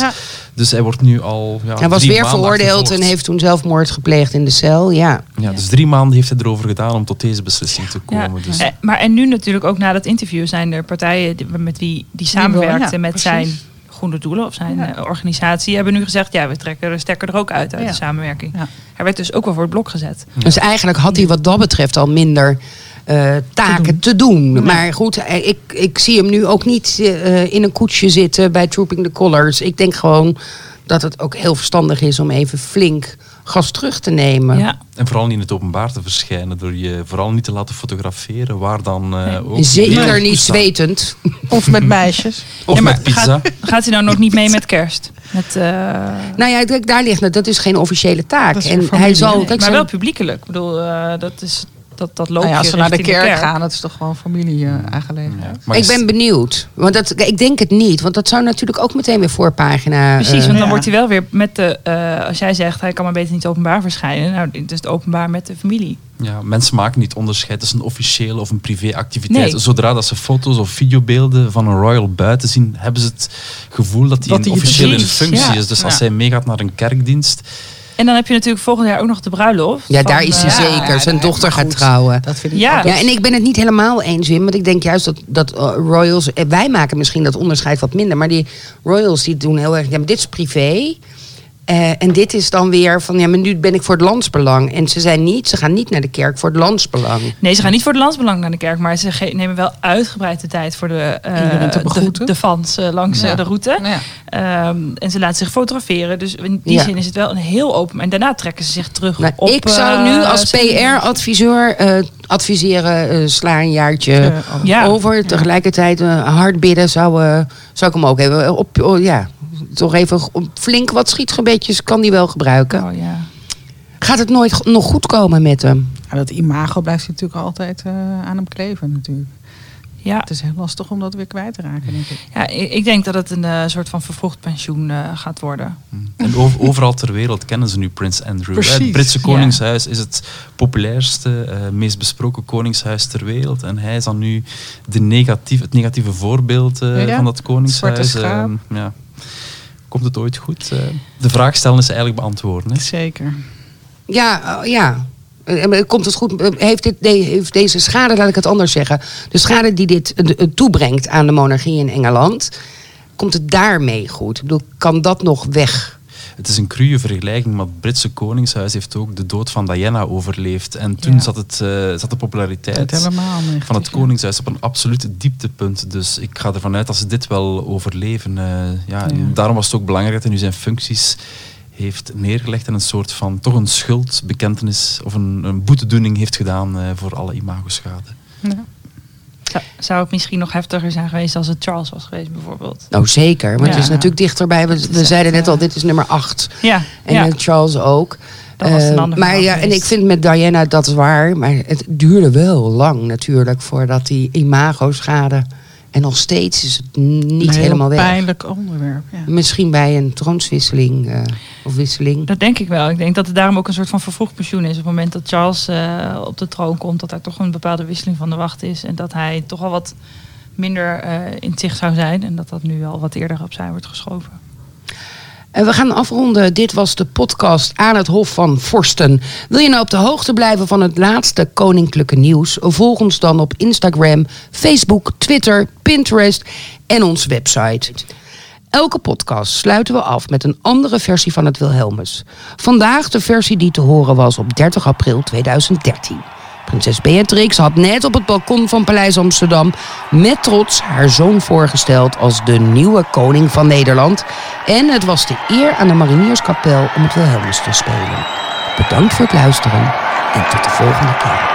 Dus hij wordt nu al ja, Hij was drie weer maanden veroordeeld achtervolgd. en heeft toen zelfmoord gepleegd in de cel. Ja. Ja, dus drie maanden heeft hij erover gedaan om tot deze beslissing te Ja, komen. Dus. eh, maar en nu natuurlijk ook na dat interview zijn er partijen die, met wie die samenwerkten ja, met precies. zijn goede doelen of zijn Ja. eh, organisatie, hebben nu gezegd, ja, we trekken de stekker er ook uit uit Ja. de samenwerking. Ja. Hij werd dus ook wel voor het blok gezet. Dus eigenlijk had hij wat dat betreft al minder uh, taken te doen. Te doen. Ja. Maar goed, ik, ik zie hem nu ook niet uh, in een koetsje zitten bij Trooping the Colours. Ik denk gewoon dat het ook heel verstandig is om even flink gas terug te nemen. Ja. En vooral niet in het openbaar te verschijnen. Door je vooral niet te laten fotograferen. Waar dan uh, nee. ook... Zeker niet toestaan. Zwetend. Of met meisjes. Of ja, met pizza. Gaat, gaat hij nou nog niet mee met kerst? Met, uh... Nou ja, daar ligt het. Dat is geen officiële taak. En familie, hij zal, nee, kijk, maar zijn... wel publiekelijk. Ik bedoel, uh, dat is... Dat, dat loopt nou ja, als we naar de kerk, kerk gaan, dat is toch gewoon familie-aangelegenheid. Ja, ik ben benieuwd. Want dat, ik denk het niet. Want dat zou natuurlijk ook meteen weer voorpagina... Precies, uh, want dan ja. wordt hij wel weer met de... Uh, als jij zegt, hij kan maar beter niet openbaar verschijnen. Nou, het is het openbaar met de familie. Ja, mensen maken niet onderscheid tussen een officiële of een privéactiviteit. Nee. Zodra dat ze foto's of videobeelden van een royal buiten zien, hebben ze het gevoel dat hij een officieel in functie ja. is. Dus als ja. hij meegaat naar een kerkdienst... En dan heb je natuurlijk volgend jaar ook nog de bruiloft. Ja, daar is hij uh, zeker. ja, Zijn ja, dochter gaat goed. trouwen. Dat vind ik ja, ja, en ik ben het niet helemaal eens, Wim. Want ik denk juist dat, dat uh, royals... Wij maken misschien dat onderscheid wat minder. Maar die royals die doen heel erg... Ja, maar dit is privé. Uh, en dit is dan weer van... Ja, maar nu ben ik voor het landsbelang. En ze zijn niet... Ze gaan niet naar de kerk voor het landsbelang. Nee, ze gaan niet voor het landsbelang naar de kerk. Maar ze ge- nemen wel uitgebreid de tijd voor de, uh, de, de fans uh, langs ja. de route. Ja. Um, en ze laten zich fotograferen. Dus in die ja. zin is het wel een heel open... En daarna trekken ze zich terug nou, op... Ik zou nu als P uh, R-adviseur uh, adviseren... Uh, sla een jaartje uh, ja. over. Tegelijkertijd uh, hard bidden zou, uh, zou ik hem ook even op... Oh, ja, toch even flink wat schietgebedjes kan die wel gebruiken. Oh, ja. Gaat het nooit nog goed komen met hem? Ja, dat imago blijft natuurlijk altijd uh, aan hem kleven natuurlijk. Ja. Het is heel lastig om dat weer kwijt te raken, denk ik. Ja, ik denk dat het een uh, soort van vervroegd pensioen uh, gaat worden. En over, overal ter wereld kennen ze nu Prins Andrew. Precies. Het Britse Koningshuis ja. is het populairste, uh, meest besproken koningshuis ter wereld. En hij is dan nu de negatief, het negatieve voorbeeld uh, ja, van dat koningshuis. Uh, ja. Komt het ooit goed? Uh, de vraag stellen is eigenlijk beantwoorden. Hè? Zeker. Ja, uh, ja. Komt het goed? Heeft, dit, heeft deze schade, laat ik het anders zeggen, de schade die dit toebrengt aan de monarchie in Engeland, komt het daarmee goed? Ik bedoel, kan dat nog weg? Het is een cruwe vergelijking, maar het Britse koningshuis heeft ook de dood van Diana overleefd. En toen ja. zat, het, uh, zat de populariteit het negatief, van het koningshuis op een absolute dieptepunt. Dus ik ga ervan uit dat ze dit wel overleven. Uh, ja, ja. Daarom was het ook belangrijk dat hij nu zijn functies heeft neergelegd en een soort van toch een schuldbekentenis of een, een boetedoening heeft gedaan uh, voor alle imagoschade. Ja. Zou, zou het misschien nog heftiger zijn geweest als het Charles was geweest bijvoorbeeld? Nou zeker, maar ja. het is natuurlijk dichterbij. We, we zeiden net al, dit is nummer acht. Ja. En ja. Charles ook. Dat was een uh, maar ja, en ik vind met Diana, dat is waar, maar het duurde wel lang natuurlijk voordat die imagoschade... En nog steeds is het niet een helemaal weg. Een pijnlijk onderwerp. Ja. Misschien bij een troonswisseling uh, of wisseling. Dat denk ik wel. Ik denk dat het daarom ook een soort van vervroegd pensioen is. Op het moment dat Charles uh, op de troon komt, dat er toch een bepaalde wisseling van de wacht is. En dat hij toch al wat minder uh, in het zicht zou zijn. En dat dat nu al wat eerder opzij wordt geschoven. En we gaan afronden. Dit was de podcast Aan het Hof van Vorsten. Wil je nou op de hoogte blijven van het laatste koninklijke nieuws? Volg ons dan op Instagram, Facebook, Twitter, Pinterest en onze website. Elke podcast sluiten we af met een andere versie van het Wilhelmus. Vandaag de versie die te horen was op dertig april tweeduizend dertien. Prinses Beatrix had net op het balkon van Paleis Amsterdam met trots haar zoon voorgesteld als de nieuwe koning van Nederland. En het was de eer aan de Marinierskapel om het Wilhelmus te spelen. Bedankt voor het luisteren en tot de volgende keer.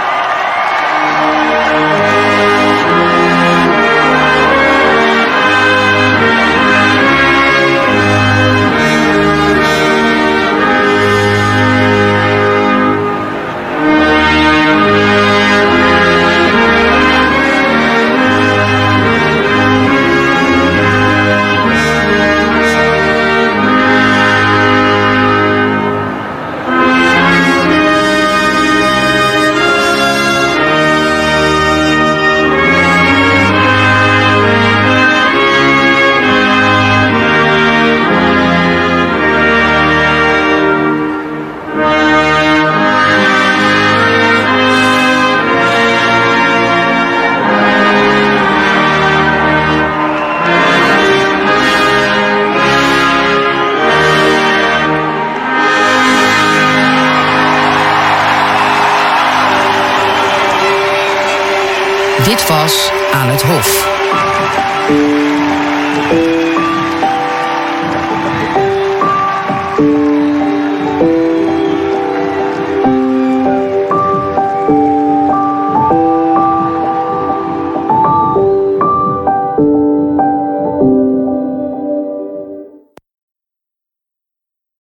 Dit was Aan het Hof.